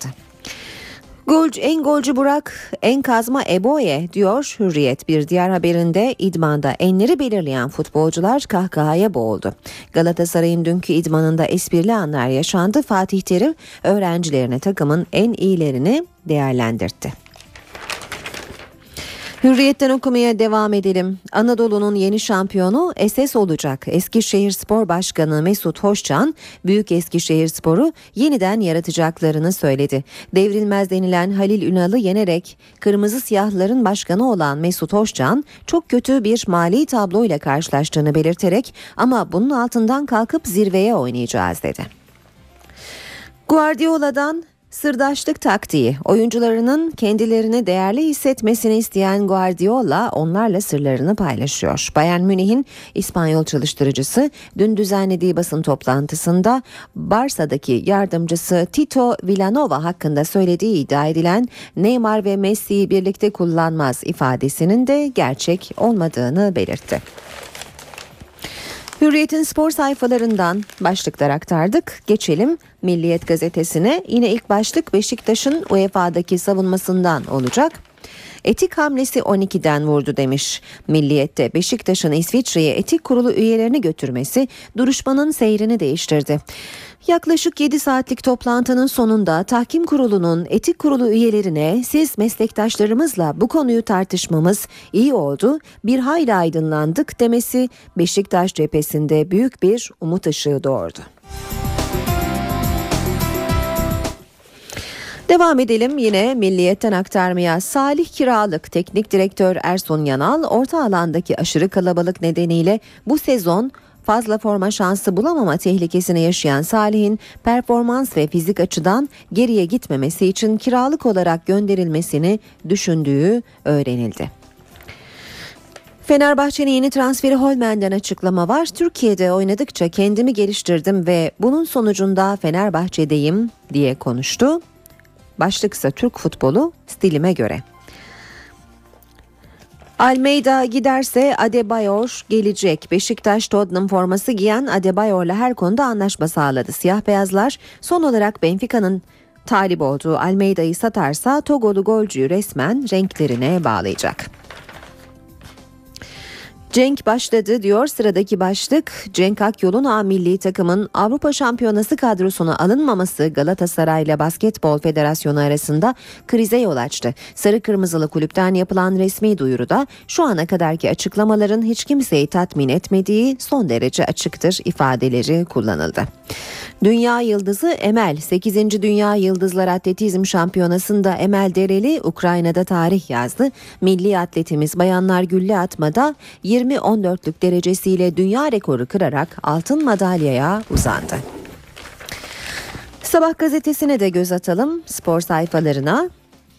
En golcü Burak, en kazma Eboye diyor Hürriyet. Bir diğer haberinde idmanda enleri belirleyen futbolcular kahkahaya boğuldu. Galatasaray'ın dünkü idmanında esprili anlar yaşandı. Fatih Terim öğrencilerine takımın en iyilerini değerlendirdi. Hürriyet'ten okumaya devam edelim. Anadolu'nun yeni şampiyonu SS olacak. Eskişehirspor Başkanı Mesut Hoşcan, Büyük Eskişehirspor'u yeniden yaratacaklarını söyledi. Devrilmez denilen Halil Ünal'ı yenerek kırmızı siyahların başkanı olan Mesut Hoşcan, çok kötü bir mali tabloyla karşılaştığını belirterek ama bunun altından kalkıp zirveye oynayacağız dedi. Guardiola'dan sırdaşlık taktiği. Oyuncularının kendilerini değerli hissetmesini isteyen Guardiola onlarla sırlarını paylaşıyor. Bayern Münih'in İspanyol çalıştırıcısı dün düzenlediği basın toplantısında Barça'daki yardımcısı Tito Villanova hakkında söylediği iddia edilen Neymar ve Messi'yi birlikte kullanmaz ifadesinin de gerçek olmadığını belirtti. Hürriyet'in spor sayfalarından başlıklar aktardık. Geçelim Milliyet gazetesine. Yine ilk başlık Beşiktaş'ın UEFA'daki savunmasından olacak. Etik hamlesi 12'den vurdu demiş. Milliyet'te Beşiktaş'ın İsviçre'ye etik kurulu üyelerini götürmesi duruşmanın seyrini değiştirdi. Yaklaşık 7 saatlik toplantının sonunda Tahkim Kurulu'nun etik kurulu üyelerine siz meslektaşlarımızla bu konuyu tartışmamız iyi oldu, bir hayli aydınlandık demesi Beşiktaş cephesinde büyük bir umut ışığı doğurdu. Devam edelim yine Milliyet'ten aktarmaya. Salih Kiralık Teknik Direktör Ersun Yanal orta alandaki aşırı kalabalık nedeniyle bu sezon fazla forma şansı bulamama tehlikesini yaşayan Salih'in performans ve fizik açıdan geriye gitmemesi için kiralık olarak gönderilmesini düşündüğü öğrenildi. Fenerbahçe'nin yeni transferi Holmen'den açıklama var. Türkiye'de oynadıkça kendimi geliştirdim ve bunun sonucunda Fenerbahçe'deyim diye konuştu. Başlıksa Türk futbolu stilime göre. Almeida giderse Adebayor gelecek. Beşiktaş Tottenham forması giyen Adebayor'la her konuda anlaşma sağladı. Siyah beyazlar son olarak Benfica'nın talip olduğu Almeida'yı satarsa Togolu golcüyü resmen renklerine bağlayacak. Cenk başladı diyor sıradaki başlık. Cenk Akyol'un A milli takımın Avrupa Şampiyonası kadrosuna alınmaması Galatasaray ile Basketbol Federasyonu arasında krize yol açtı. Sarı Kırmızılı kulüpten yapılan resmi duyuruda şu ana kadarki açıklamaların hiç kimseyi tatmin etmediği son derece açıktır ifadeleri kullanıldı. Dünya yıldızı Emel 8. Dünya Yıldızlar Atletizm Şampiyonası'nda Emel Dereli Ukrayna'da tarih yazdı. Milli atletimiz bayanlar gülle atmada 20-14'lük derecesiyle dünya rekoru kırarak altın madalyaya uzandı. Sabah gazetesine de göz atalım spor sayfalarına.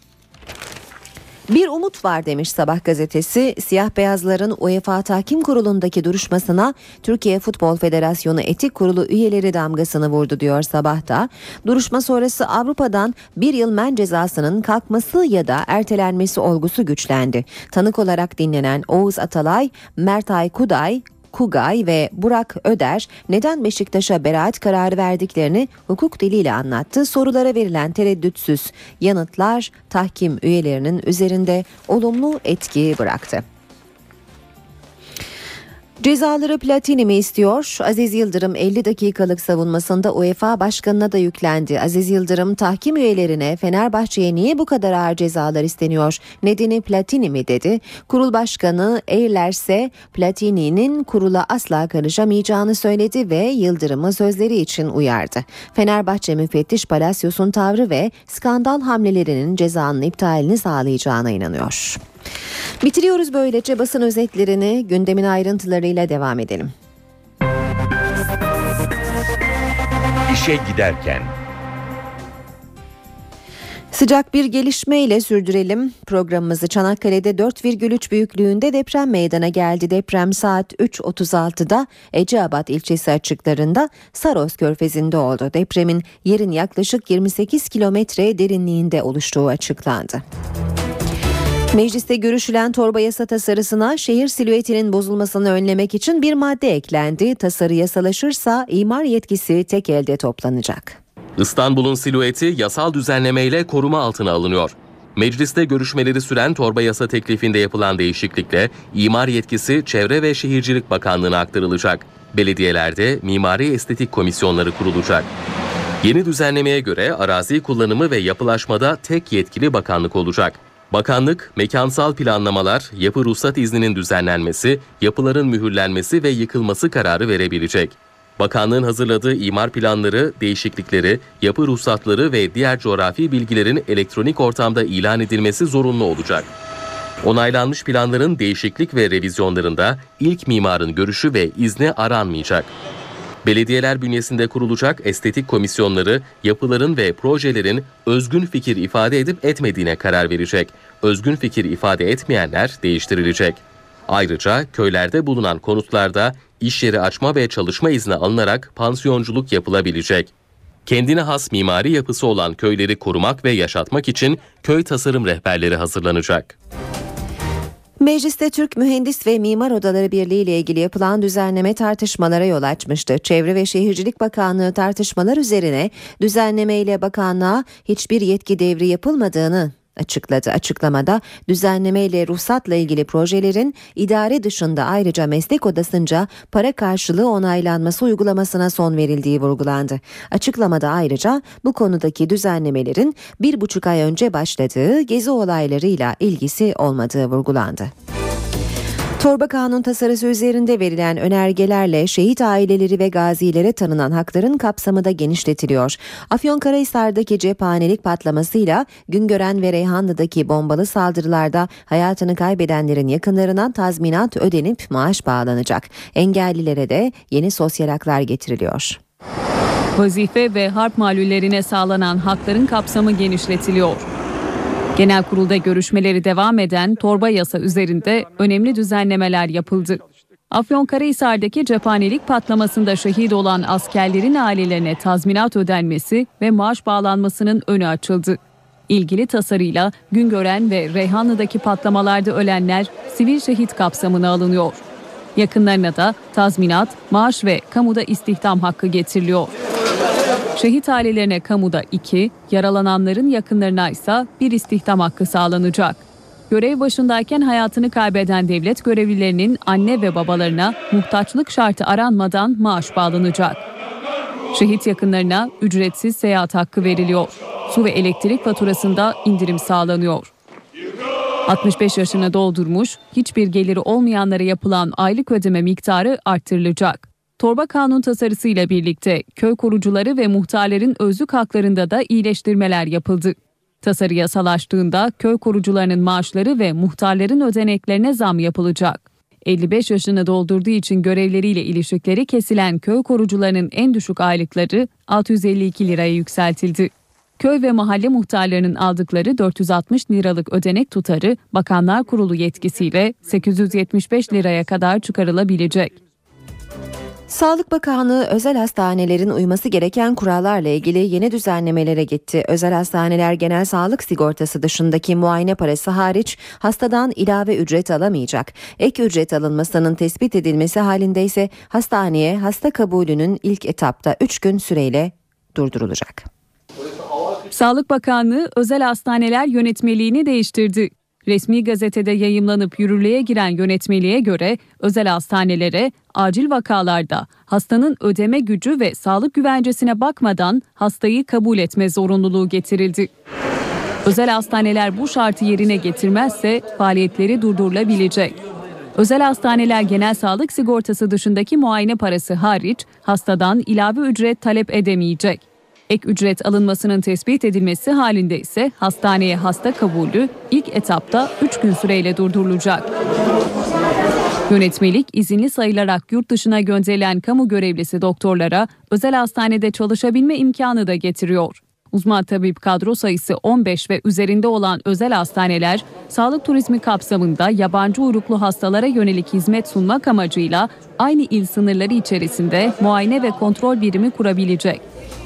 Bir umut var demiş Sabah gazetesi. Siyah beyazların UEFA Tahkim Kurulu'ndaki duruşmasına Türkiye Futbol Federasyonu Etik Kurulu üyeleri damgasını vurdu diyor Sabah'ta. Duruşma sonrası Avrupa'dan bir yıl men cezasının kalkması ya da ertelenmesi olgusu güçlendi. Tanık olarak dinlenen Oğuz Atalay, Mertay Kugay ve Burak Öder neden Beşiktaş'a beraat kararı verdiklerini hukuk diliyle anlattı. Sorulara verilen tereddütsüz yanıtlar tahkim üyelerinin üzerinde olumlu etki bıraktı. Cezaları Platini mi istiyor? Aziz Yıldırım 50 dakikalık savunmasında UEFA Başkanı'na da yüklendi. Aziz Yıldırım tahkim üyelerine Fenerbahçe'ye niye bu kadar ağır cezalar isteniyor? Nedeni Platini mi dedi. Kurul Başkanı eğerlerse Platini'nin kurula asla karışamayacağını söyledi ve Yıldırım'ı sözleri için uyardı. Fenerbahçe müfettiş Palacios'un tavrı ve skandal hamlelerinin cezanın iptalini sağlayacağına inanıyor. Bitiriyoruz böylece basın özetlerini, gündemin ayrıntılarıyla devam edelim. İşe giderken. Sıcak bir gelişmeyle sürdürelim programımızı. Çanakkale'de 4,3 büyüklüğünde deprem meydana geldi. Deprem saat 3.36'da Eceabat ilçesi açıklarında Saros Körfezi'nde oldu. Depremin yerin yaklaşık 28 kilometre derinliğinde oluştuğu açıklandı. Mecliste görüşülen torba yasa tasarısına şehir silüetinin bozulmasını önlemek için bir madde eklendi. Tasarı yasalaşırsa imar yetkisi tek elde toplanacak. İstanbul'un silüeti yasal düzenlemeyle koruma altına alınıyor. Mecliste görüşmeleri süren torba yasa teklifinde yapılan değişiklikle imar yetkisi Çevre ve Şehircilik Bakanlığı'na aktarılacak. Belediyelerde mimari estetik komisyonları kurulacak. Yeni düzenlemeye göre arazi kullanımı ve yapılaşmada tek yetkili bakanlık olacak. Bakanlık, mekansal planlamalar, yapı ruhsat izninin düzenlenmesi, yapıların mühürlenmesi ve yıkılması kararı verebilecek. Bakanlığın hazırladığı imar planları, değişiklikleri, yapı ruhsatları ve diğer coğrafi bilgilerin elektronik ortamda ilan edilmesi zorunlu olacak. Onaylanmış planların değişiklik ve revizyonlarında ilk mimarın görüşü ve izni aranmayacak. Belediyeler bünyesinde kurulacak estetik komisyonları yapıların ve projelerin özgün fikir ifade edip etmediğine karar verecek. Özgün fikir ifade etmeyenler değiştirilecek. Ayrıca köylerde bulunan konutlarda iş yeri açma ve çalışma izni alınarak pansiyonculuk yapılabilecek. Kendine has mimari yapısı olan köyleri korumak ve yaşatmak için köy tasarım rehberleri hazırlanacak. Mecliste Türk Mühendis ve Mimar Odaları Birliği ile ilgili yapılan düzenleme tartışmalara yol açmıştı. Çevre ve Şehircilik Bakanlığı tartışmalar üzerine düzenlemeyle bakanlığa hiçbir yetki devri yapılmadığını açıkladı. Açıklamada düzenlemeyle ruhsatla ilgili projelerin idare dışında ayrıca meslek odasınca para karşılığı onaylanması uygulamasına son verildiği vurgulandı. Açıklamada ayrıca bu konudaki düzenlemelerin 1,5 ay önce başladığı gezi olaylarıyla ilgisi olmadığı vurgulandı. Torba kanun tasarısı üzerinde verilen önergelerle şehit aileleri ve gazilere tanınan hakların kapsamı da genişletiliyor. Afyonkarahisar'daki cephanelik patlamasıyla Güngören ve Reyhanlı'daki bombalı saldırılarda hayatını kaybedenlerin yakınlarına tazminat ödenip maaş bağlanacak. Engellilere de yeni sosyal haklar getiriliyor. Vazife ve harp malullerine sağlanan hakların kapsamı genişletiliyor. Genel kurulda görüşmeleri devam eden torba yasa üzerinde önemli düzenlemeler yapıldı. Afyonkarahisar'daki cephanelik patlamasında şehit olan askerlerin ailelerine tazminat ödenmesi ve maaş bağlanmasının önü açıldı. İlgili tasarıyla Güngören ve Reyhanlı'daki patlamalarda ölenler sivil şehit kapsamına alınıyor. Yakınlarına da tazminat, maaş ve kamuda istihdam hakkı getiriliyor. Şehit ailelerine kamuda 2, yaralananların yakınlarına ise 1 istihdam hakkı sağlanacak. Görev başındayken hayatını kaybeden devlet görevlilerinin anne ve babalarına muhtaçlık şartı aranmadan maaş bağlanacak. Şehit yakınlarına ücretsiz seyahat hakkı veriliyor. Su ve elektrik faturasında indirim sağlanıyor. 65 yaşını doldurmuş, hiçbir geliri olmayanlara yapılan aylık ödeme miktarı arttırılacak. Torba kanun tasarısıyla birlikte köy korucuları ve muhtarların özlük haklarında da iyileştirmeler yapıldı. Tasarı yasalaştığında köy korucularının maaşları ve muhtarların ödeneklerine zam yapılacak. 55 yaşını doldurduğu için görevleriyle ilişkileri kesilen köy korucularının en düşük aylıkları 652 liraya yükseltildi. Köy ve mahalle muhtarlarının aldıkları 460 liralık ödenek tutarı Bakanlar Kurulu yetkisiyle 875 liraya kadar çıkarılabilecek. Sağlık Bakanlığı özel hastanelerin uyması gereken kurallarla ilgili yeni düzenlemelere gitti. Özel hastaneler genel sağlık sigortası dışındaki muayene parası hariç hastadan ilave ücret alamayacak. Ek ücret alınmasının tespit edilmesi halinde ise hastaneye hasta kabulünün ilk etapta 3 gün süreyle durdurulacak. Sağlık Bakanlığı özel hastaneler yönetmeliğini değiştirdi. Resmi gazetede yayımlanıp yürürlüğe giren yönetmeliğe göre özel hastanelere acil vakalarda hastanın ödeme gücü ve sağlık güvencesine bakmadan hastayı kabul etme zorunluluğu getirildi. Özel hastaneler bu şartı yerine getirmezse faaliyetleri durdurulabilecek. Özel hastaneler genel sağlık sigortası dışındaki muayene parası hariç hastadan ilave ücret talep edemeyecek. Ek ücret alınmasının tespit edilmesi halinde ise hastaneye hasta kabulü ilk etapta 3 gün süreyle durdurulacak. Yönetmelik izinli sayılarak yurt dışına gönderilen kamu görevlisi doktorlara özel hastanede çalışabilme imkanı da getiriyor. Uzman tabip kadro sayısı 15 ve üzerinde olan özel hastaneler sağlık turizmi kapsamında yabancı uyruklu hastalara yönelik hizmet sunmak amacıyla aynı il sınırları içerisinde muayene ve kontrol birimi kurabilecek.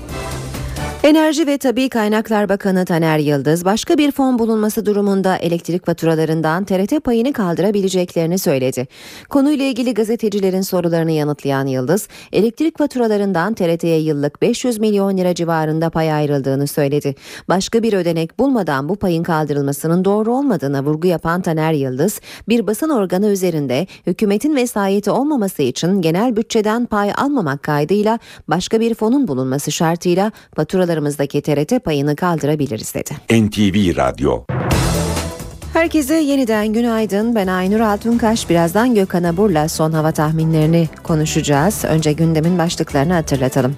Enerji ve Tabii Kaynaklar Bakanı Taner Yıldız, başka bir fon bulunması durumunda elektrik faturalarından TRT payını kaldırabileceklerini söyledi. Konuyla ilgili gazetecilerin sorularını yanıtlayan Yıldız, elektrik faturalarından TRT'ye yıllık 500 milyon lira civarında pay ayrıldığını söyledi. Başka bir ödenek bulmadan bu payın kaldırılmasının doğru olmadığına vurgu yapan Taner Yıldız, bir basın organı üzerinde hükümetin vesayeti olmaması için genel bütçeden pay almamak kaydıyla başka bir fonun bulunması şartıyla faturalarımızdaki TRT payını kaldırabiliriz dedi. NTV Radyo. Herkese yeniden günaydın. Ben Aynur Altunkaş. Birazdan Gökhan Abur'la son hava tahminlerini konuşacağız. Önce gündemin başlıklarını hatırlatalım.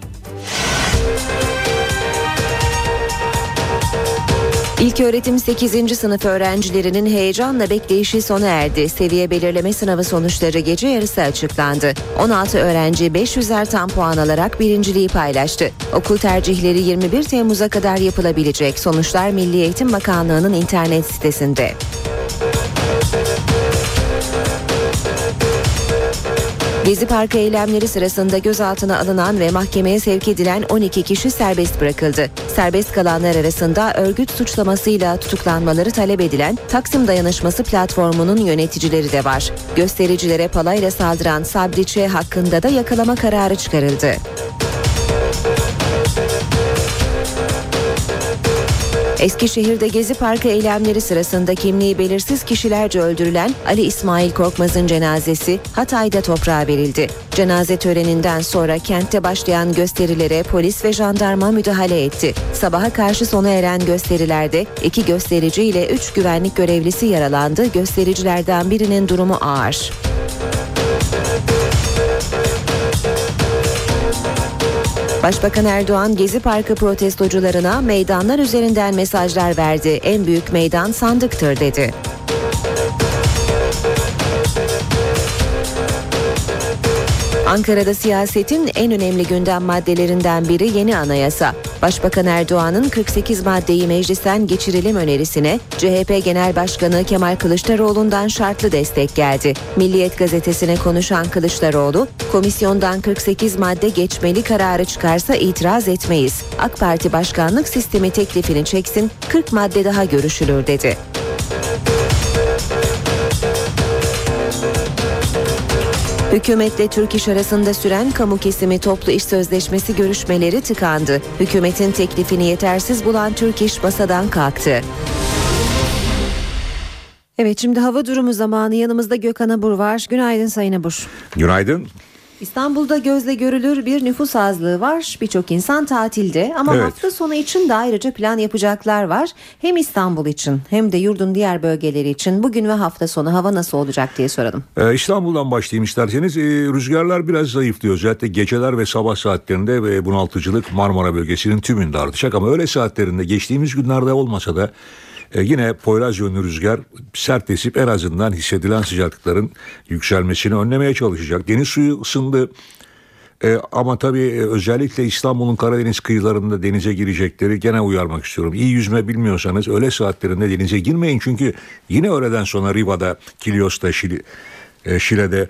İlköğretim 8. sınıf öğrencilerinin heyecanla bekleyişi sona erdi. Seviye belirleme sınavı sonuçları gece yarısı açıklandı. 16 öğrenci 500'er tam puan alarak birinciliği paylaştı. Okul tercihleri 21 Temmuz'a kadar yapılabilecek. Sonuçlar Milli Eğitim Bakanlığı'nın internet sitesinde. Gezi Parkı eylemleri sırasında gözaltına alınan ve mahkemeye sevk edilen 12 kişi serbest bırakıldı. Serbest kalanlar arasında örgüt suçlamasıyla tutuklanmaları talep edilen Taksim Dayanışması platformunun yöneticileri de var. Göstericilere palayla saldıran Sabri Ç. hakkında da yakalama kararı çıkarıldı. Eskişehir'de Gezi Parkı eylemleri sırasında kimliği belirsiz kişilerce öldürülen Ali İsmail Korkmaz'ın cenazesi Hatay'da toprağa verildi. Cenaze töreninden sonra kentte başlayan gösterilere polis ve jandarma müdahale etti. Sabaha karşı sona eren gösterilerde 2 gösterici ile 3 güvenlik görevlisi yaralandı. Göstericilerden birinin durumu ağır. Başbakan Erdoğan Gezi Parkı protestocularına meydanlar üzerinden mesajlar verdi. En büyük meydan sandıktır dedi. Ankara'da siyasetin en önemli gündem maddelerinden biri yeni anayasa. Başbakan Erdoğan'ın 48 maddeyi meclisten geçirelim önerisine CHP Genel Başkanı Kemal Kılıçdaroğlu'ndan şartlı destek geldi. Milliyet gazetesine konuşan Kılıçdaroğlu, komisyondan 48 madde geçmeli kararı çıkarsa itiraz etmeyiz. AK Parti başkanlık sistemi teklifini çeksin, 40 madde daha görüşülür dedi. Hükümetle Türk İş arasında süren kamu kesimi toplu iş sözleşmesi görüşmeleri tıkandı. Hükümetin teklifini yetersiz bulan Türk İş masadan kalktı. Evet, şimdi hava durumu zamanı. Yanımızda Gökhan Abur var. Günaydın Sayın Abur. Günaydın. İstanbul'da gözle görülür bir nüfus azlığı var. Birçok insan tatilde ama Evet. hafta sonu için de ayrıca plan yapacaklar var. Hem İstanbul için hem de yurdun diğer bölgeleri için bugün ve hafta sonu hava nasıl olacak diye soralım. İstanbul'dan başlayayım isterseniz. Rüzgarlar biraz zayıflıyor. Özellikle geceler ve sabah saatlerinde ve bunaltıcılık Marmara bölgesinin tümünde artacak. Ama öğle saatlerinde geçtiğimiz günlerde olmasa da yine Poyraz yönlü rüzgar sert esip en azından hissedilen sıcaklıkların yükselmesini önlemeye çalışacak. Deniz suyu ısındı. Ama tabii özellikle İstanbul'un Karadeniz kıyılarında denize girecekleri gene uyarmak istiyorum. İyi yüzme bilmiyorsanız öğle saatlerinde denize girmeyin. Çünkü yine öğleden sonra Riva'da, Kilyos'ta, Şile'de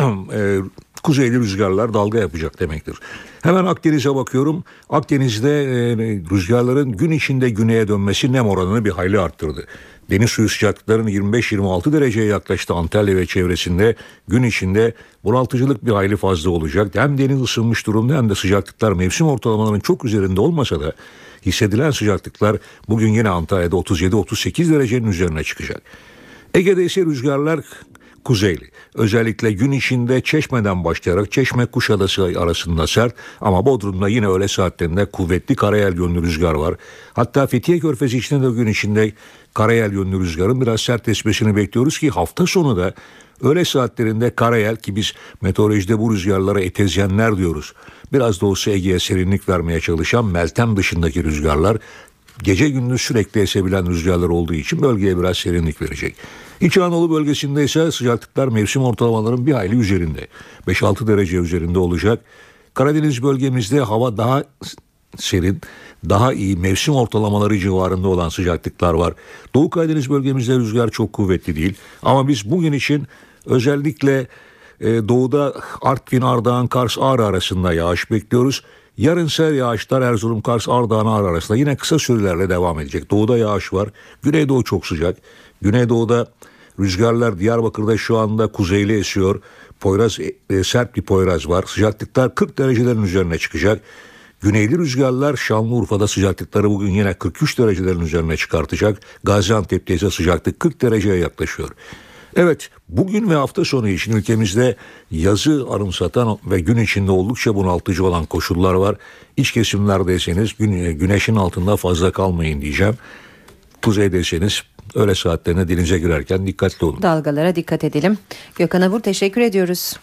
kuzeyli rüzgarlar dalga yapacak demektir. Hemen Akdeniz'e bakıyorum. Akdeniz'de rüzgarların gün içinde güneye dönmesi nem oranını bir hayli arttırdı. Deniz suyu sıcaklıklarının 25-26 dereceye yaklaştı Antalya ve çevresinde. Gün içinde bunaltıcılık bir hayli fazla olacak. Hem deniz ısınmış durumda hem de sıcaklıklar mevsim ortalamalarının çok üzerinde olmasa da hissedilen sıcaklıklar bugün yine Antalya'da 37-38 derecenin üzerine çıkacak. Ege'de ise rüzgarlar kuzeyli. Özellikle gün içinde Çeşme'den başlayarak Çeşme-Kuşadası arasında sert ama Bodrum'da yine öğle saatlerinde kuvvetli karayel yönlü rüzgar var. Hatta Fethiye Körfezi içinde de gün içinde karayel yönlü rüzgarın biraz sert esmesini bekliyoruz ki hafta sonu da öğle saatlerinde karayel, ki biz meteorolojide bu rüzgarlara etezyenler diyoruz. Biraz da olsa Ege'ye serinlik vermeye çalışan Meltem dışındaki rüzgarlar gece gündüz sürekli esebilen rüzgarlar olduğu için bölgeye biraz serinlik verecek. İç Anadolu bölgesinde ise sıcaklıklar mevsim ortalamaların bir hayli üzerinde. 5-6 derece üzerinde olacak. Karadeniz bölgemizde hava daha serin, daha iyi mevsim ortalamaları civarında olan sıcaklıklar var. Doğu Karadeniz bölgemizde rüzgar çok kuvvetli değil. Ama biz bugün için özellikle doğuda Artvin, Ardahan, Kars, Ağrı arasında yağış bekliyoruz. Yarın ise yağışlar Erzurum, Kars, Ardahan, Ağrı arasında yine kısa sürelerle devam edecek. Doğuda yağış var. Güneydoğu çok sıcak. Güneydoğu'da rüzgarlar Diyarbakır'da şu anda kuzeyli esiyor. Poyraz, sert bir Poyraz var. Sıcaklıklar 40 derecelerin üzerine çıkacak. Güneyli rüzgarlar Şanlıurfa'da sıcaklıkları bugün yine 43 derecelerin üzerine çıkartacak. Gaziantep'te ise sıcaklık 40 dereceye yaklaşıyor. Evet, bugün ve hafta sonu için ülkemizde yazı anımsatan ve gün içinde oldukça bunaltıcı olan koşullar var. İç kesimlerdeyseniz güneşin altında fazla kalmayın diyeceğim. Kuzeydeyseniz öğle saatlerine denize girerken dikkatli olun. Dalgalara dikkat edelim. Gökhan Abur, teşekkür ediyoruz.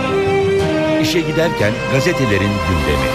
İşe giderken gazetelerin gündemi.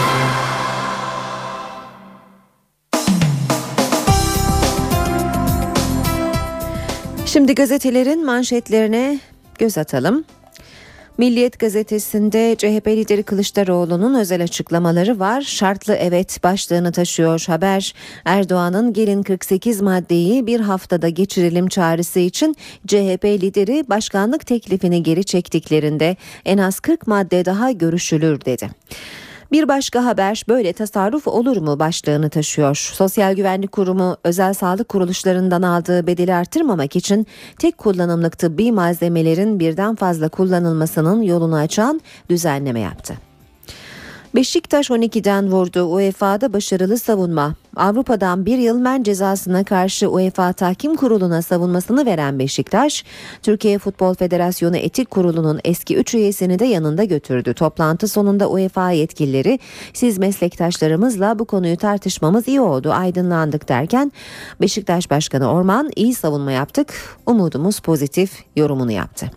Şimdi gazetelerin manşetlerine göz atalım. Milliyet gazetesinde CHP lideri Kılıçdaroğlu'nun özel açıklamaları var. Şartlı evet başlığını taşıyor haber. Erdoğan'ın gelin 48 maddeyi bir haftada geçirelim çağrısı için CHP lideri başkanlık teklifini geri çektiklerinde en az 40 madde daha görüşülür dedi. Bir başka haber böyle tasarruf olur mu başlığını taşıyor. Sosyal Güvenlik Kurumu özel sağlık kuruluşlarından aldığı bedeli artırmamak için tek kullanımlık tıbbi malzemelerin birden fazla kullanılmasının yolunu açan düzenleme yaptı. Beşiktaş 12'den vurdu. UEFA'da başarılı savunma. Avrupa'dan bir yıl men cezasına karşı UEFA Tahkim Kurulu'na savunmasını veren Beşiktaş, Türkiye Futbol Federasyonu Etik Kurulu'nun eski 3 üyesini de yanında götürdü. Toplantı sonunda UEFA yetkilileri, siz meslektaşlarımızla bu konuyu tartışmamız iyi oldu, aydınlandık derken Beşiktaş Başkanı Orman, iyi savunma yaptık, umudumuz pozitif yorumunu yaptı.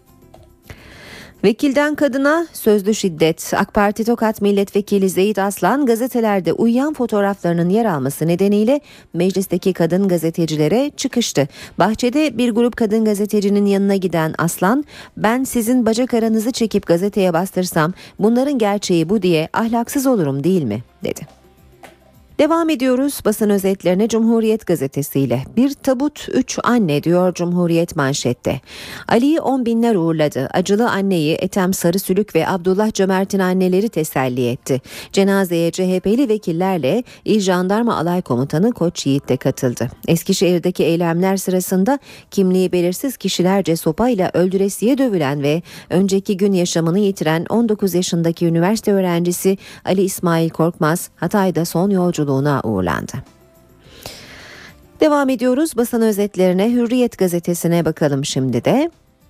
Vekilden kadına sözlü şiddet. AK Parti Tokat Milletvekili Zeyit Aslan gazetelerde uyuyan fotoğraflarının yer alması nedeniyle meclisteki kadın gazetecilere çıkıştı. Bahçede bir grup kadın gazetecinin yanına giden Aslan, ben sizin bacak aranızı çekip gazeteye bastırsam bunların gerçeği bu diye ahlaksız olurum değil mi dedi. Devam ediyoruz basın özetlerine Cumhuriyet gazetesiyle. Bir tabut 3 anne diyor Cumhuriyet manşette. Ali'yi 10 binler uğurladı. Acılı anneyi Ethem Sarısülük ve Abdullah Cömert'in anneleri teselli etti. Cenazeye CHP'li vekillerle İl Jandarma Alay Komutanı Koç Yiğit de katıldı. Eskişehir'deki eylemler sırasında kimliği belirsiz kişilerce sopayla öldüresiye dövülen ve önceki gün yaşamını yitiren 19 yaşındaki üniversite öğrencisi Ali İsmail Korkmaz Hatay'da son yolculuğuna uğurlandı. Devam ediyoruz basın özetlerine. Hürriyet gazetesine bakalım şimdi de.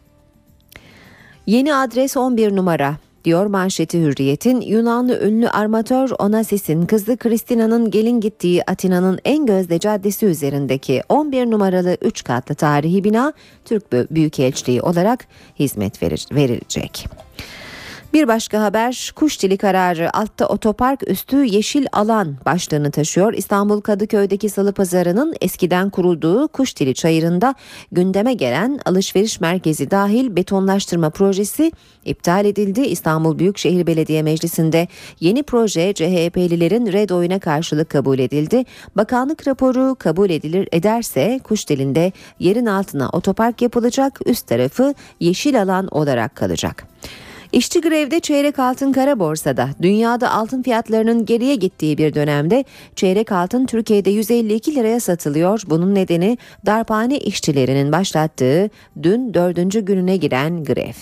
Yeni adres 11 numara diyor manşeti Hürriyet'in. Yunanlı ünlü armatör Onassis'in kızı Kristina'nın gelin gittiği Atina'nın en gözde caddesi üzerindeki 11 numaralı 3 katlı tarihi bina Türk Büyükelçiliği olarak hizmet verilecek. Bir başka haber, Kuşdili kararı altta otopark üstü yeşil alan başlığını taşıyor. İstanbul Kadıköy'deki Salı Pazarı'nın eskiden kurulduğu Kuşdili çayırında gündeme gelen alışveriş merkezi dahil betonlaştırma projesi iptal edildi. İstanbul Büyükşehir Belediye Meclisi'nde yeni proje CHP'lilerin red oyuna karşılık kabul edildi. Bakanlık raporu kabul ederse Kuşdili'nde yerin altına otopark yapılacak, üst tarafı yeşil alan olarak kalacak. İşçi grevde çeyrek altın kara borsada. Dünyada altın fiyatlarının geriye gittiği bir dönemde çeyrek altın Türkiye'de 152 liraya satılıyor. Bunun nedeni darphane işçilerinin başlattığı dün 4. gününe giren grev.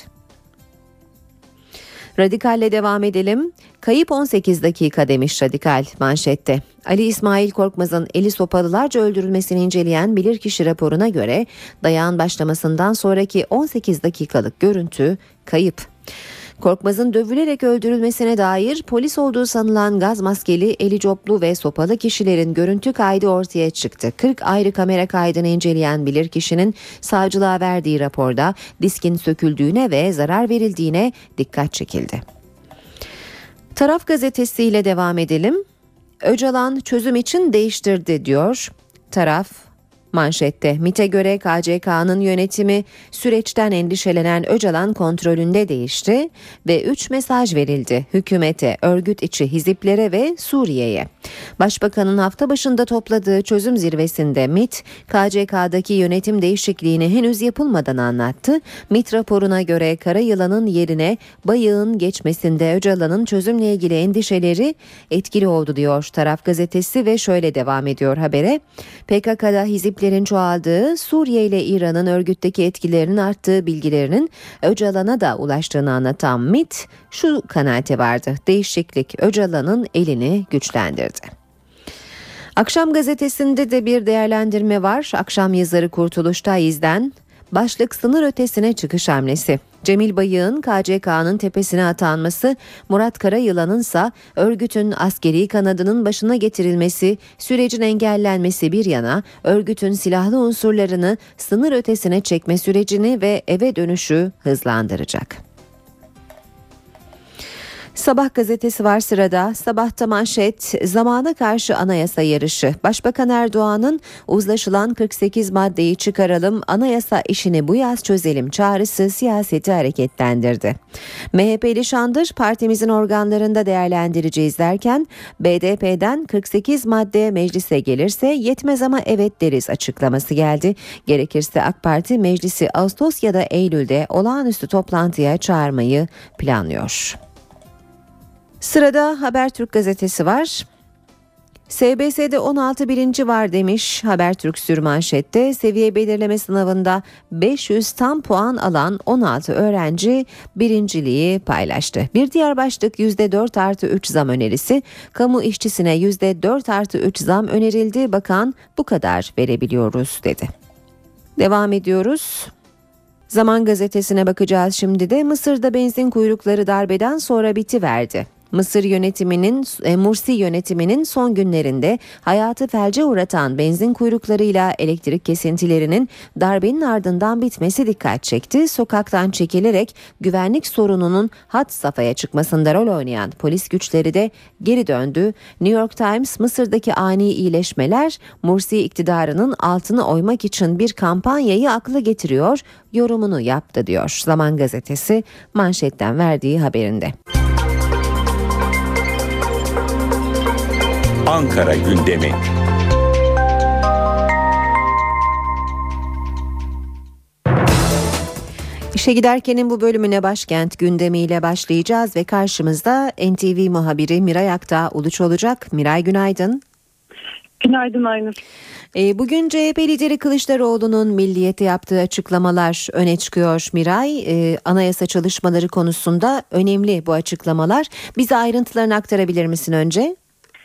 Radikalle devam edelim. Kayıp 18 dakika demiş Radikal manşette. Ali İsmail Korkmaz'ın eli sopalılarca öldürülmesini inceleyen bilirkişi raporuna göre dayağın başlamasından sonraki 18 dakikalık görüntü kayıp. Korkmaz'ın dövülerek öldürülmesine dair polis olduğu sanılan gaz maskeli, eli coplu ve sopalı kişilerin görüntü kaydı ortaya çıktı. 40 ayrı kamera kaydını inceleyen bilirkişinin savcılığa verdiği raporda diskin söküldüğüne ve zarar verildiğine dikkat çekildi. Taraf gazetesiyle devam edelim. Öcalan çözüm için değiştirdi diyor Taraf. Manşette MİT'e göre KCK'nın yönetimi süreçten endişelenen Öcalan kontrolünde değişti ve 3 mesaj verildi hükümete, örgüt içi hiziplere ve Suriye'ye. Başbakanın hafta başında topladığı çözüm zirvesinde MİT, KCK'daki yönetim değişikliğini henüz yapılmadan anlattı. MİT raporuna göre Karayılan'ın yerine Bayık'ın geçmesinde Öcalan'ın çözümle ilgili endişeleri etkili oldu diyor Taraf gazetesi ve şöyle devam ediyor habere. PKK'da hiziplerin çoğaldığı, Suriye ile İran'ın örgütteki etkilerinin arttığı bilgilerinin Öcalan'a da ulaştığını anlatan MİT şu kanaate vardı. Değişiklik Öcalan'ın elini güçlendirdi. Akşam gazetesinde de bir değerlendirme var. Akşam yazarı Kurtuluş Tayyiz'den başlık sınır ötesine çıkış hamlesi. Cemil Bayık'ın KCK'nın tepesine atanması, Murat Karayılan'ın ise örgütün askeri kanadının başına getirilmesi, sürecin engellenmesi bir yana örgütün silahlı unsurlarını sınır ötesine çekme sürecini ve eve dönüşü hızlandıracak. Sabah gazetesi var sırada. Sabahta manşet, zamana karşı anayasa yarışı. Başbakan Erdoğan'ın uzlaşılan 48 maddeyi çıkaralım, anayasa işini bu yaz çözelim çağrısı siyaseti hareketlendirdi. MHP'li Şandır, partimizin organlarında değerlendireceğiz derken BDP'den 48 madde meclise gelirse yetmez ama evet deriz açıklaması geldi. Gerekirse AK Parti meclisi Ağustos ya da Eylül'de olağanüstü toplantıya çağırmayı planlıyor. Sırada Habertürk gazetesi var. SBS'de 16 birinci var demiş Habertürk sürmanşette. Seviye belirleme sınavında 500 tam puan alan 16 öğrenci birinciliği paylaştı. Bir diğer başlık %4+3 zam önerisi. Kamu işçisine %4+3 zam önerildi. Bakan bu kadar verebiliyoruz dedi. Devam ediyoruz. Zaman gazetesine bakacağız şimdi de. Mısır'da benzin kuyrukları darbeden sonra bitiverdi. Mursi yönetiminin son günlerinde hayatı felce uğratan benzin kuyruklarıyla elektrik kesintilerinin darbenin ardından bitmesi dikkat çekti. Sokaktan çekilerek güvenlik sorununun had safhaya çıkmasında rol oynayan polis güçleri de geri döndü. New York Times, Mısır'daki ani iyileşmeler Mursi iktidarının altını oymak için bir kampanyayı akla getiriyor yorumunu yaptı diyor Zaman gazetesi manşetten verdiği haberinde. Ankara gündemi. İşe giderkenin bu bölümüne başkent gündemiyle başlayacağız ve karşımızda NTV muhabiri Miray Aktağ Uluç olacak. Miray günaydın. Günaydın Aynur. Bugün CHP lideri Kılıçdaroğlu'nun Milliyet'e yaptığı açıklamalar öne çıkıyor Miray. Anayasa çalışmaları konusunda önemli bu açıklamalar. Bize ayrıntılarını aktarabilir misin önce?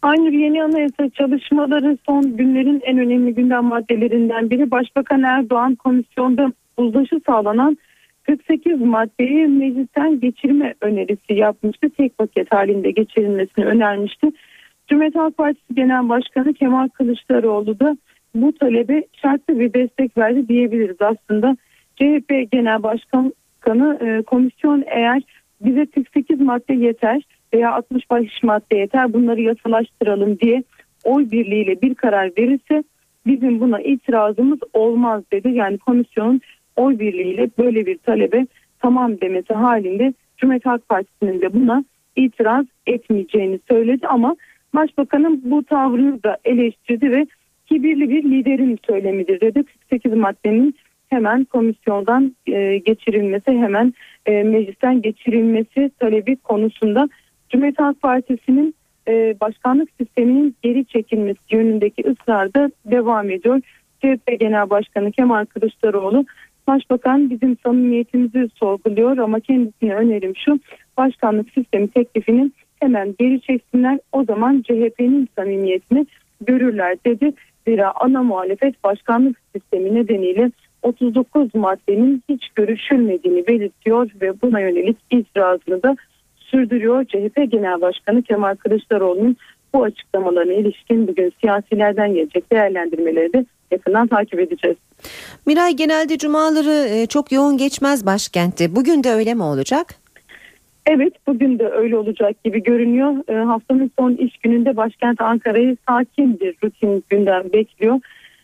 Aynur, yeni anayasa çalışmaları son günlerin en önemli gündem maddelerinden biri. Başbakan Erdoğan komisyonda uzlaşı sağlanan 48 maddeyi meclisten geçirme önerisi yapmıştı. Tek paket halinde geçirilmesini önermişti. Cumhuriyet Halk Partisi Genel Başkanı Kemal Kılıçdaroğlu da bu talebe şartlı bir destek verdi diyebiliriz aslında. CHP Genel Başkanı komisyon eğer bize 48 madde yeter veya 65 madde yeter, bunları yasalaştıralım diye oy birliğiyle bir karar verirse bizim buna itirazımız olmaz dedi. Yani komisyonun oy birliğiyle böyle bir talebe tamam demesi halinde Cumhuriyet Halk Partisi'nin de buna itiraz etmeyeceğini söyledi. Ama Başbakanın bu tavrını da eleştirdi ve kibirli bir liderin söylemidir dedi. 48 maddenin hemen komisyondan geçirilmesi, hemen meclisten geçirilmesi talebi konusunda Cumhuriyet Halk Partisi'nin başkanlık sisteminin geri çekilmesi yönündeki ısrar da devam ediyor. CHP Genel Başkanı Kemal Kılıçdaroğlu, Başbakan bizim samimiyetimizi sorguluyor ama kendisine önerim şu: başkanlık sistemi teklifinin hemen geri çeksinler, o zaman CHP'nin samimiyetini görürler dedi. Zira ana muhalefet başkanlık sistemi nedeniyle 39 maddenin hiç görüşülmediğini belirtiyor ve buna yönelik itirazını da sürdürüyor. CHP Genel Başkanı Kemal Kılıçdaroğlu'nun bu açıklamalarına ilişkin bugün siyasilerden gelecek değerlendirmeleri de yakından takip edeceğiz. Miray, genelde cumaları çok yoğun geçmez başkentte. Bugün de öyle mi olacak? Evet, bugün de öyle olacak gibi görünüyor. Haftanın son iş gününde başkent Ankara'yı sakin bir rutin gündem bekliyor.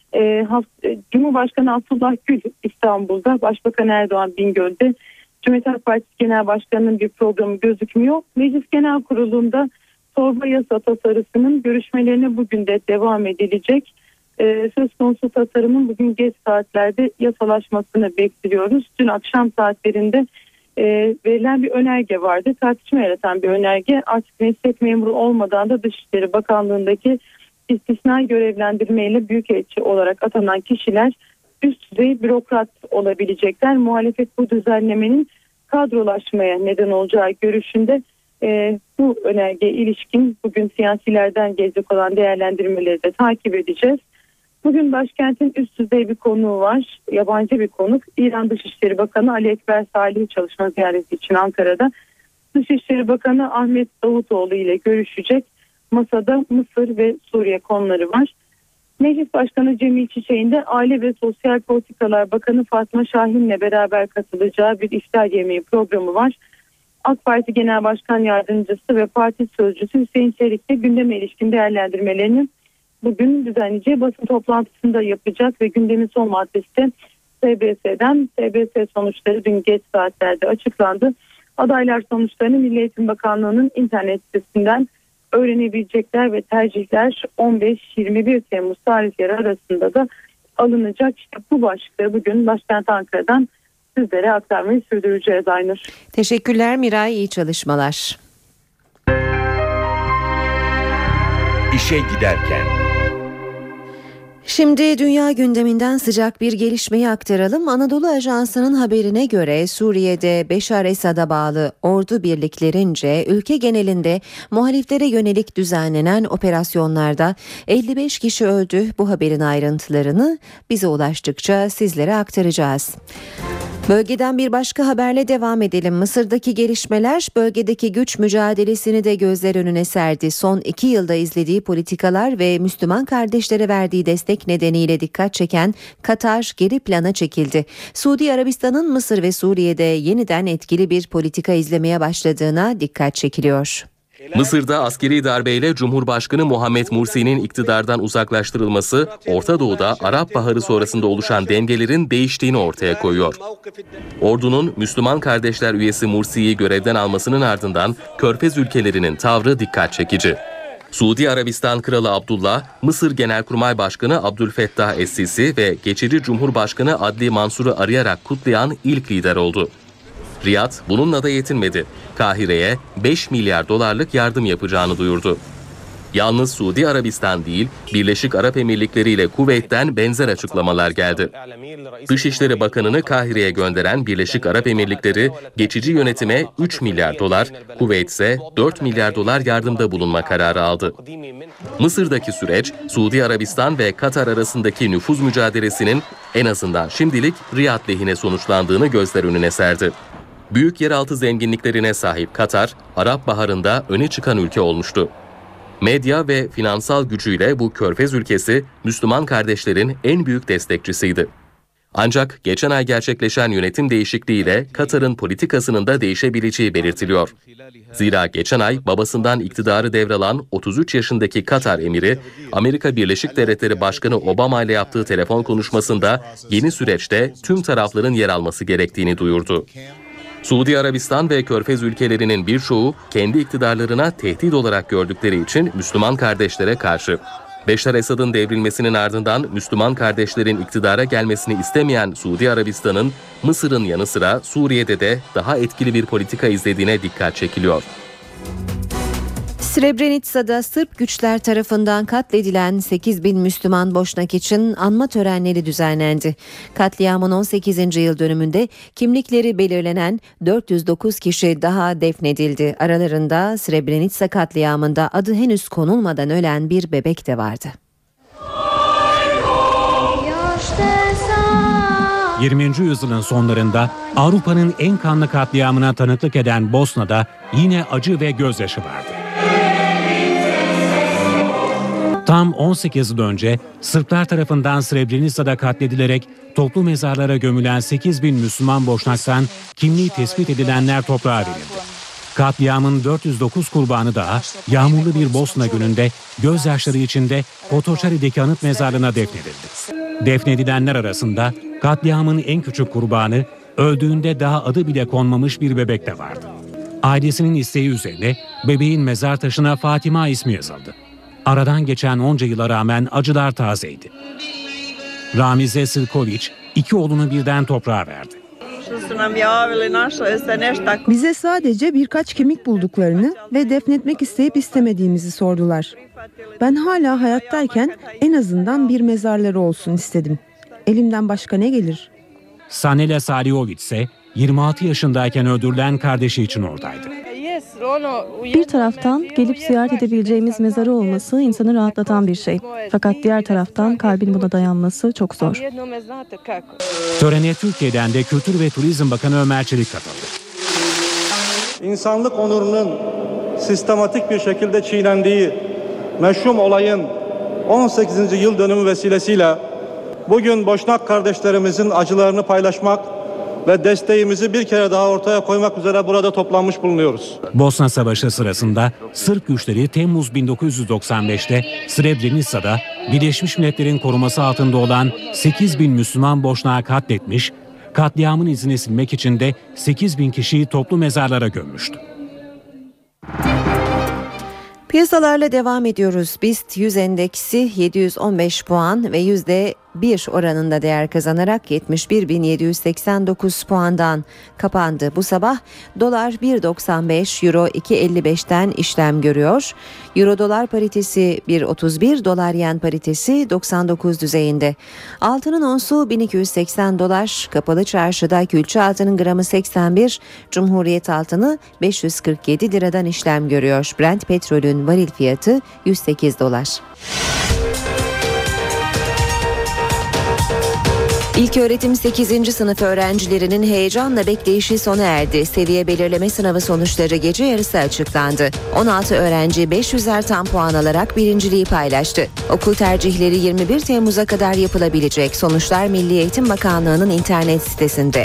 Cumhurbaşkanı Abdullah Gül İstanbul'da, Başbakan Erdoğan Bingöl'de. Cumhuriyet Halk Partisi Genel Başkanı'nın bir programı gözükmüyor. Meclis Genel Kurulu'nda torba yasa tasarısının görüşmelerine bugün de devam edilecek. Söz konusu tasarımın bugün geç saatlerde yasalaşmasını bekliyoruz. Dün akşam saatlerinde verilen bir önerge vardı. Tartışma yaratan bir önerge. Artık meslek memuru olmadan da Dışişleri Bakanlığı'ndaki istisnai görevlendirmeyle büyükelçi olarak atanan kişiler üst düzey bürokrat olabilecekler. Muhalefet bu düzenlemenin kadrolaşmaya neden olacağı görüşünde. Bu önergeye ilişkin bugün siyasilerden gelecek olan değerlendirmeleri de takip edeceğiz. Bugün başkentin üst düzey bir konuğu var. Yabancı bir konuk. İran Dışişleri Bakanı Ali Ekber Salih'i çalışma ziyareti için Ankara'da. Dışişleri Bakanı Ahmet Davutoğlu ile görüşecek. Masada Mısır ve Suriye konuları var. Meclis Başkanı Cemil Çiçek'in de Aile ve Sosyal Politikalar Bakanı Fatma Şahin'le beraber katılacağı bir iftar yemeği programı var. AK Parti Genel Başkan Yardımcısı ve Parti Sözcüsü Hüseyin Çelik de gündeme ilişkin değerlendirmelerini bugün düzenleyeceği basın toplantısında yapacak ve gündemin son maddesi de SBS sonuçları dün geç saatlerde açıklandı. Adaylar sonuçlarını Milli Eğitim Bakanlığı'nın internet sitesinden öğrenebilecekler ve tercihler 15-21 Temmuz tarihleri arasında da alınacak. İşte bu başlıkları bugün başkent Ankara'dan sizlere aktarmayı sürdüreceğiz Aynur. Teşekkürler Miray, iyi çalışmalar. İşe giderken. Şimdi dünya gündeminden sıcak bir gelişmeyi aktaralım. Anadolu Ajansı'nın haberine göre Suriye'de Beşar Esad'a bağlı ordu birliklerince ülke genelinde muhaliflere yönelik düzenlenen operasyonlarda 55 kişi öldü. Bu haberin ayrıntılarını bize ulaştıkça sizlere aktaracağız. Bölgeden bir başka haberle devam edelim. Mısır'daki gelişmeler bölgedeki güç mücadelesini de gözler önüne serdi. Son 2 yılda izlediği politikalar ve Müslüman kardeşlere verdiği destek nedeniyle dikkat çeken Katar geri plana çekildi. Suudi Arabistan'ın Mısır ve Suriye'de yeniden etkili bir politika izlemeye başladığına dikkat çekiliyor. Mısır'da askeri darbeyle Cumhurbaşkanı Muhammed Mursi'nin iktidardan uzaklaştırılması, Orta Doğu'da Arap Baharı sonrasında oluşan dengelerin değiştiğini ortaya koyuyor. Ordunun Müslüman Kardeşler üyesi Mursi'yi görevden almasının ardından Körfez ülkelerinin tavrı dikkat çekici. Suudi Arabistan Kralı Abdullah, Mısır Genelkurmay Başkanı Abdülfettah Es-Sisi ve geçici Cumhurbaşkanı Adli Mansur'u arayarak kutlayan ilk lider oldu. Riyad bununla da yetinmedi. Kahire'ye 5 milyar dolarlık yardım yapacağını duyurdu. Yalnız Suudi Arabistan değil, Birleşik Arap Emirlikleri ile Kuveyt'ten benzer açıklamalar geldi. Dışişleri Bakanı'nı Kahire'ye gönderen Birleşik Arap Emirlikleri geçici yönetime 3 milyar dolar, Kuveyt ise 4 milyar dolar yardımda bulunma kararı aldı. Mısır'daki süreç, Suudi Arabistan ve Katar arasındaki nüfuz mücadelesinin en azından şimdilik Riyad lehine sonuçlandığını gözler önüne serdi. Büyük yeraltı zenginliklerine sahip Katar, Arap Baharı'nda öne çıkan ülke olmuştu. Medya ve finansal gücüyle bu Körfez ülkesi Müslüman kardeşlerin en büyük destekçisiydi. Ancak geçen ay gerçekleşen yönetim değişikliğiyle Katar'ın politikasının da değişebileceği belirtiliyor. Zira geçen ay babasından iktidarı devralan 33 yaşındaki Katar emiri, Amerika Birleşik Devletleri Başkanı Obama ile yaptığı telefon konuşmasında yeni süreçte tüm tarafların yer alması gerektiğini duyurdu. Suudi Arabistan ve Körfez ülkelerinin birçoğu kendi iktidarlarına tehdit olarak gördükleri için Müslüman kardeşlere karşı. Beşar Esad'ın devrilmesinin ardından Müslüman kardeşlerin iktidara gelmesini istemeyen Suudi Arabistan'ın Mısır'ın yanı sıra Suriye'de de daha etkili bir politika izlediğine dikkat çekiliyor. Srebrenica'da Sırp güçler tarafından katledilen 8.000 Müslüman Boşnak için anma törenleri düzenlendi. Katliamın 18. yıl dönümünde kimlikleri belirlenen 409 kişi daha defnedildi. Aralarında Srebrenica katliamında adı henüz konulmadan ölen bir bebek de vardı. 20. yüzyılın sonlarında Avrupa'nın en kanlı katliamına tanıklık eden Bosna'da yine acı ve gözyaşı vardı. Tam 18 yıl önce Sırplar tarafından Srebrenica'da katledilerek toplu mezarlara gömülen 8.000 Müslüman Boşnak'tan kimliği tespit edilenler toprağa verildi. Katliamın 409 kurbanı daha yağmurlu bir Bosna gününde gözyaşları içinde Potočari'deki anıt mezarlığına defnedildi. Defnedilenler arasında katliamın en küçük kurbanı, öldüğünde daha adı bile konmamış bir bebek de vardı. Ailesinin isteği üzerine bebeğin mezar taşına Fatima ismi yazıldı. Aradan geçen onca yıla rağmen acılar tazeydi. Ramize Sırković 2 oğlunu birden toprağa verdi. Bize sadece birkaç kemik bulduklarını ve defnetmek isteyip istemediğimizi sordular. Ben hala hayattayken en azından bir mezarları olsun istedim. Elimden başka ne gelir? Sanela Saliović ise 26 yaşındayken öldürülen kardeşi için oradaydı. Bir taraftan gelip ziyaret edebileceğimiz mezarı olması insanı rahatlatan bir şey. Fakat diğer taraftan kalbin buna dayanması çok zor. Törene Türkiye'den de Kültür ve Turizm Bakanı Ömer Çelik katıldı. İnsanlık onurunun sistematik bir şekilde çiğnendiği meşhum olayın 18. yıl dönümü vesilesiyle bugün Boşnak kardeşlerimizin acılarını paylaşmak ve desteğimizi bir kere daha ortaya koymak üzere burada toplanmış bulunuyoruz. Bosna Savaşı sırasında Sırp güçleri Temmuz 1995'te Srebrenica'da Birleşmiş Milletler'in koruması altında olan 8.000 Müslüman Boşnak'ı katletmiş, katliamın izini silmek için de 8.000 kişiyi toplu mezarlara gömmüştü. Piyasalarla devam ediyoruz. BIST 100 endeksi 715 puan ve %1 oranında değer kazanarak 71.789 puandan kapandı. Bu sabah dolar 1.95, euro 2.55'ten işlem görüyor. Euro dolar paritesi 1.31, dolar yen paritesi 99 düzeyinde. Altının onsu 1280 dolar, kapalı çarşıda külçe altının gramı 81, Cumhuriyet altını 547 liradan işlem görüyor. Brent petrolün varil fiyatı 108 dolar. İlköğretim 8. sınıf öğrencilerinin heyecanla bekleyişi sona erdi. Seviye belirleme sınavı sonuçları gece yarısı açıklandı. 16 öğrenci 500'er tam puan alarak birinciliği paylaştı. Okul tercihleri 21 Temmuz'a kadar yapılabilecek. Sonuçlar Milli Eğitim Bakanlığı'nın internet sitesinde.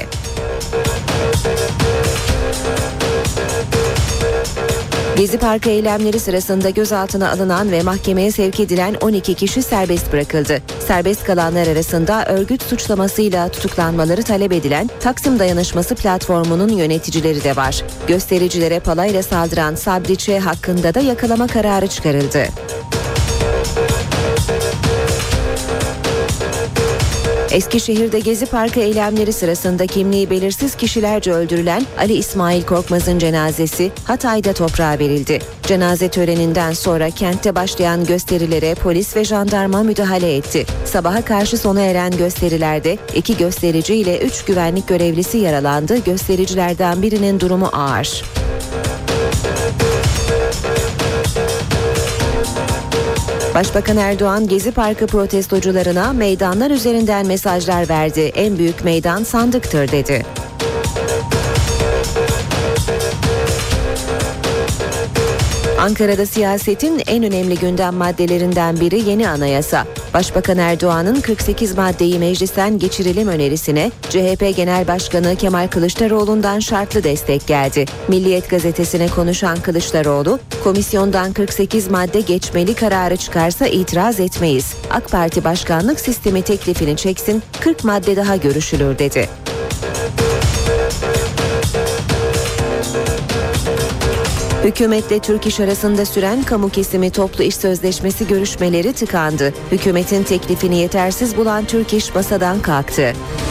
Gezi Parkı eylemleri sırasında gözaltına alınan ve mahkemeye sevk edilen 12 kişi serbest bırakıldı. Serbest kalanlar arasında örgüt suçlamasıyla tutuklanmaları talep edilen Taksim Dayanışması platformunun yöneticileri de var. Göstericilere palayla saldıran Sabri Ç. hakkında da yakalama kararı çıkarıldı. Eskişehir'de Gezi Parkı eylemleri sırasında kimliği belirsiz kişilerce öldürülen Ali İsmail Korkmaz'ın cenazesi Hatay'da toprağa verildi. Cenaze töreninden sonra kentte başlayan gösterilere polis ve jandarma müdahale etti. Sabaha karşı sona eren gösterilerde 2 gösterici ile 3 güvenlik görevlisi yaralandı. Göstericilerden birinin durumu ağır. Başbakan Erdoğan Gezi Parkı protestocularına meydanlar üzerinden mesajlar verdi. En büyük meydan sandıktır dedi. Ankara'da siyasetin en önemli gündem maddelerinden biri yeni anayasa. Başbakan Erdoğan'ın 48 maddeyi meclisten geçirelim önerisine CHP Genel Başkanı Kemal Kılıçdaroğlu'ndan şartlı destek geldi. Milliyet gazetesine konuşan Kılıçdaroğlu, komisyondan 48 madde geçmeli kararı çıkarsa itiraz etmeyiz. AK Parti başkanlık sistemi teklifini çeksin, 40 madde daha görüşülür dedi. Hükümetle Türk İş arasında süren kamu kesimi toplu iş sözleşmesi görüşmeleri tıkandı. Hükümetin teklifini yetersiz bulan Türk İş masadan kalktı.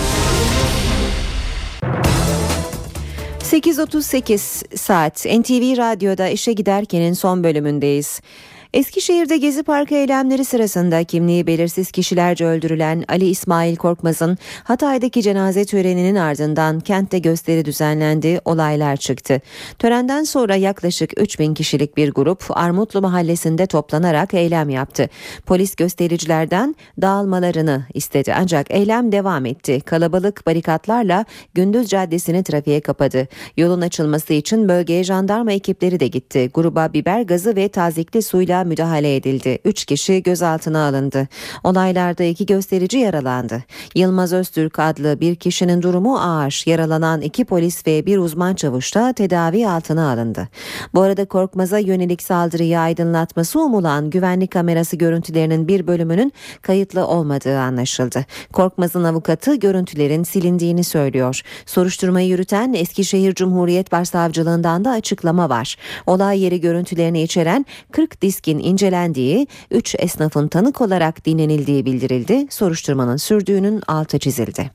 8.38 saat NTV Radyo'da işe giderkenin son bölümündeyiz. Eskişehir'de Gezi Parkı eylemleri sırasında kimliği belirsiz kişilerce öldürülen Ali İsmail Korkmaz'ın Hatay'daki cenaze töreninin ardından kentte gösteri düzenlendi, olaylar çıktı. Törenden sonra yaklaşık 3000 kişilik bir grup Armutlu Mahallesi'nde toplanarak eylem yaptı. Polis göstericilerden dağılmalarını istedi ancak eylem devam etti. Kalabalık barikatlarla Gündüz Caddesi'ni trafiğe kapadı. Yolun açılması için bölgeye jandarma ekipleri de gitti. Gruba biber gazı ve tazikli suyla müdahale edildi. 3 kişi gözaltına alındı. Olaylarda 2 gösterici yaralandı. Yılmaz Öztürk adlı bir kişinin durumu ağır. Yaralanan 2 polis ve 1 uzman çavuş da tedavi altına alındı. Bu arada Korkmaz'a yönelik saldırıyı aydınlatması umulan güvenlik kamerası görüntülerinin bir bölümünün kayıtlı olmadığı anlaşıldı. Korkmaz'ın avukatı görüntülerin silindiğini söylüyor. Soruşturmayı yürüten Eskişehir Cumhuriyet Başsavcılığından da açıklama var. Olay yeri görüntülerini içeren 40 diskin incelendiği, 3 esnafın tanık olarak dinlenildiği bildirildi. Soruşturmanın sürdüğünün altı çizildi.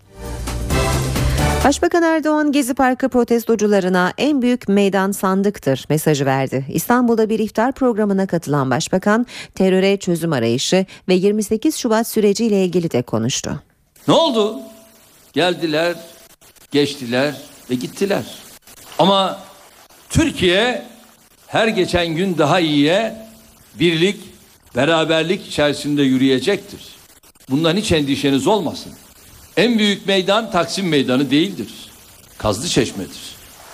Başbakan Erdoğan Gezi Parkı protestocularına en büyük meydan sandıktır mesajı verdi. İstanbul'da bir iftar programına katılan Başbakan teröre çözüm arayışı ve 28 Şubat süreciyle ilgili de konuştu. Ne oldu? Geldiler, geçtiler ve gittiler. Ama Türkiye her geçen gün daha iyiye, birlik, beraberlik içerisinde yürüyecektir. Bundan hiç endişeniz olmasın. En büyük meydan Taksim Meydanı değildir. Kazlıçeşme'dir.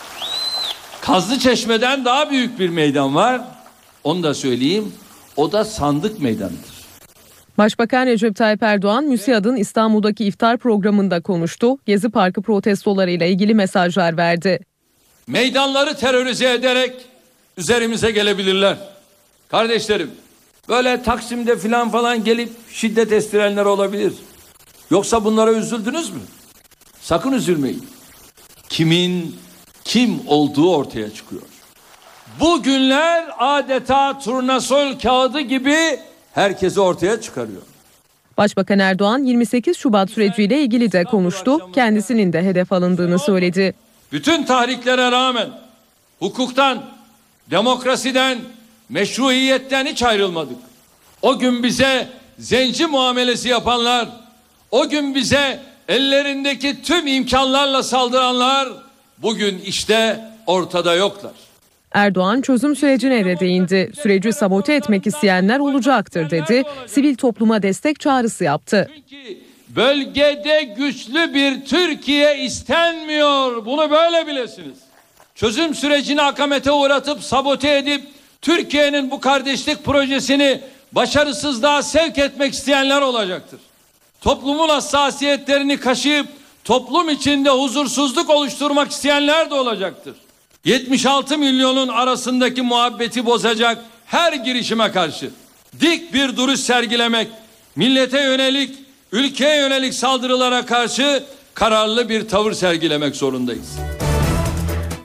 Kazlıçeşme'den daha büyük bir meydan var. Onu da söyleyeyim. O da Sandık Meydanı'dır. Başbakan Recep Tayyip Erdoğan, MÜSİAD'ın İstanbul'daki iftar programında konuştu. Gezi Parkı protestolarıyla ilgili mesajlar verdi. Meydanları terörize ederek üzerimize gelebilirler. Kardeşlerim, böyle Taksim'de falan gelip şiddet estirenler olabilir. Yoksa bunlara üzüldünüz mü? Sakın üzülmeyin. Kimin kim olduğu ortaya çıkıyor. Bu günler adeta turnasol kağıdı gibi herkesi ortaya çıkarıyor. Başbakan Erdoğan 28 Şubat süreciyle ilgili de konuştu. Kendisinin de hedef alındığını söyledi. Bütün tahriklere rağmen hukuktan, demokrasiden, meşruiyetten hiç ayrılmadık. O gün bize zenci muamelesi yapanlar, o gün bize ellerindeki tüm imkanlarla saldıranlar bugün işte ortada yoklar. Erdoğan çözüm sürecine de değindi. Süreci sabote etmek isteyenler olacaktır dedi. Sivil topluma destek çağrısı yaptı. Çünkü bölgede güçlü bir Türkiye istenmiyor. Bunu böyle bilesiniz. Çözüm sürecini akamete uğratıp sabote edip Türkiye'nin bu kardeşlik projesini başarısızlığa sevk etmek isteyenler olacaktır. Toplumun hassasiyetlerini kaşıyıp toplum içinde huzursuzluk oluşturmak isteyenler de olacaktır. 76 milyonun arasındaki muhabbeti bozacak her girişime karşı dik bir duruş sergilemek, millete yönelik, ülkeye yönelik saldırılara karşı kararlı bir tavır sergilemek zorundayız.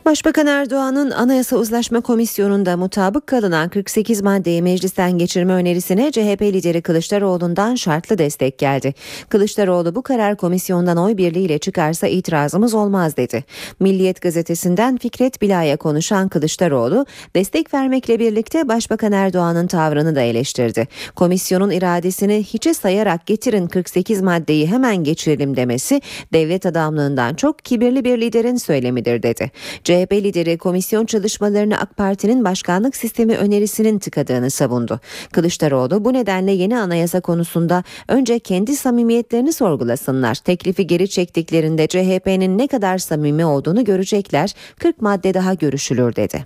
Başbakan Erdoğan'ın Anayasa Uzlaşma Komisyonu'nda mutabık kalınan 48 maddeyi meclisten geçirme önerisine CHP lideri Kılıçdaroğlu'ndan şartlı destek geldi. Kılıçdaroğlu bu karar komisyondan oy birliğiyle çıkarsa itirazımız olmaz dedi. Milliyet gazetesinden Fikret Bila'ya konuşan Kılıçdaroğlu destek vermekle birlikte Başbakan Erdoğan'ın tavrını da eleştirdi. Komisyonun iradesini hiçe sayarak getirin 48 maddeyi hemen geçirelim demesi devlet adamlığından çok kibirli bir liderin söylemidir dedi. CHP lideri komisyon çalışmalarını AK Parti'nin başkanlık sistemi önerisinin tıkadığını savundu. Kılıçdaroğlu bu nedenle yeni anayasa konusunda önce kendi samimiyetlerini sorgulasınlar. Teklifi geri çektiklerinde CHP'nin ne kadar samimi olduğunu görecekler. 40 madde daha görüşülür dedi.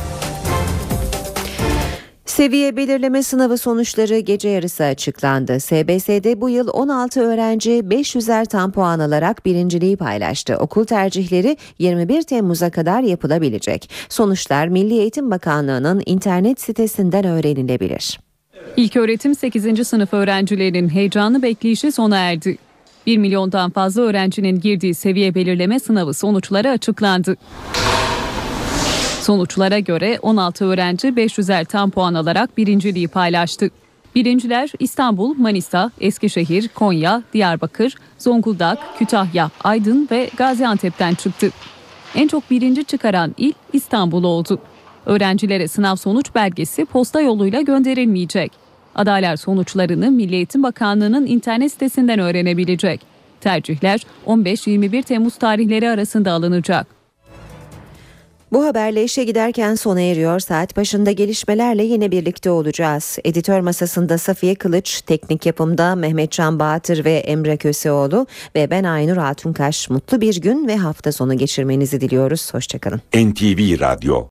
Seviye belirleme sınavı sonuçları gece yarısı açıklandı. SBS'de bu yıl 16 öğrenci 500'er tam puan alarak birinciliği paylaştı. Okul tercihleri 21 Temmuz'a kadar yapılabilecek. Sonuçlar Milli Eğitim Bakanlığı'nın internet sitesinden öğrenilebilir. İlköğretim 8. sınıf öğrencilerinin heyecanlı bekleyişi sona erdi. 1 milyondan fazla öğrencinin girdiği seviye belirleme sınavı sonuçları açıklandı. Sonuçlara göre 16 öğrenci 500'er tam puan alarak birinciliği paylaştı. Birinciler İstanbul, Manisa, Eskişehir, Konya, Diyarbakır, Zonguldak, Kütahya, Aydın ve Gaziantep'ten çıktı. En çok birinci çıkaran il İstanbul oldu. Öğrencilere sınav sonuç belgesi posta yoluyla gönderilmeyecek. Adaylar sonuçlarını Milli Eğitim Bakanlığı'nın internet sitesinden öğrenebilecek. Tercihler 15-21 Temmuz tarihleri arasında alınacak. Bu haberle işe giderken sona eriyor. Saat başında gelişmelerle yine birlikte olacağız. Editör masasında Safiye Kılıç, teknik yapımda Mehmetcan Bahtır ve Emre Köseoğlu ve ben Aynur Altunkaş. Mutlu bir gün ve hafta sonu geçirmenizi diliyoruz. Hoşçakalın. NTV Radyo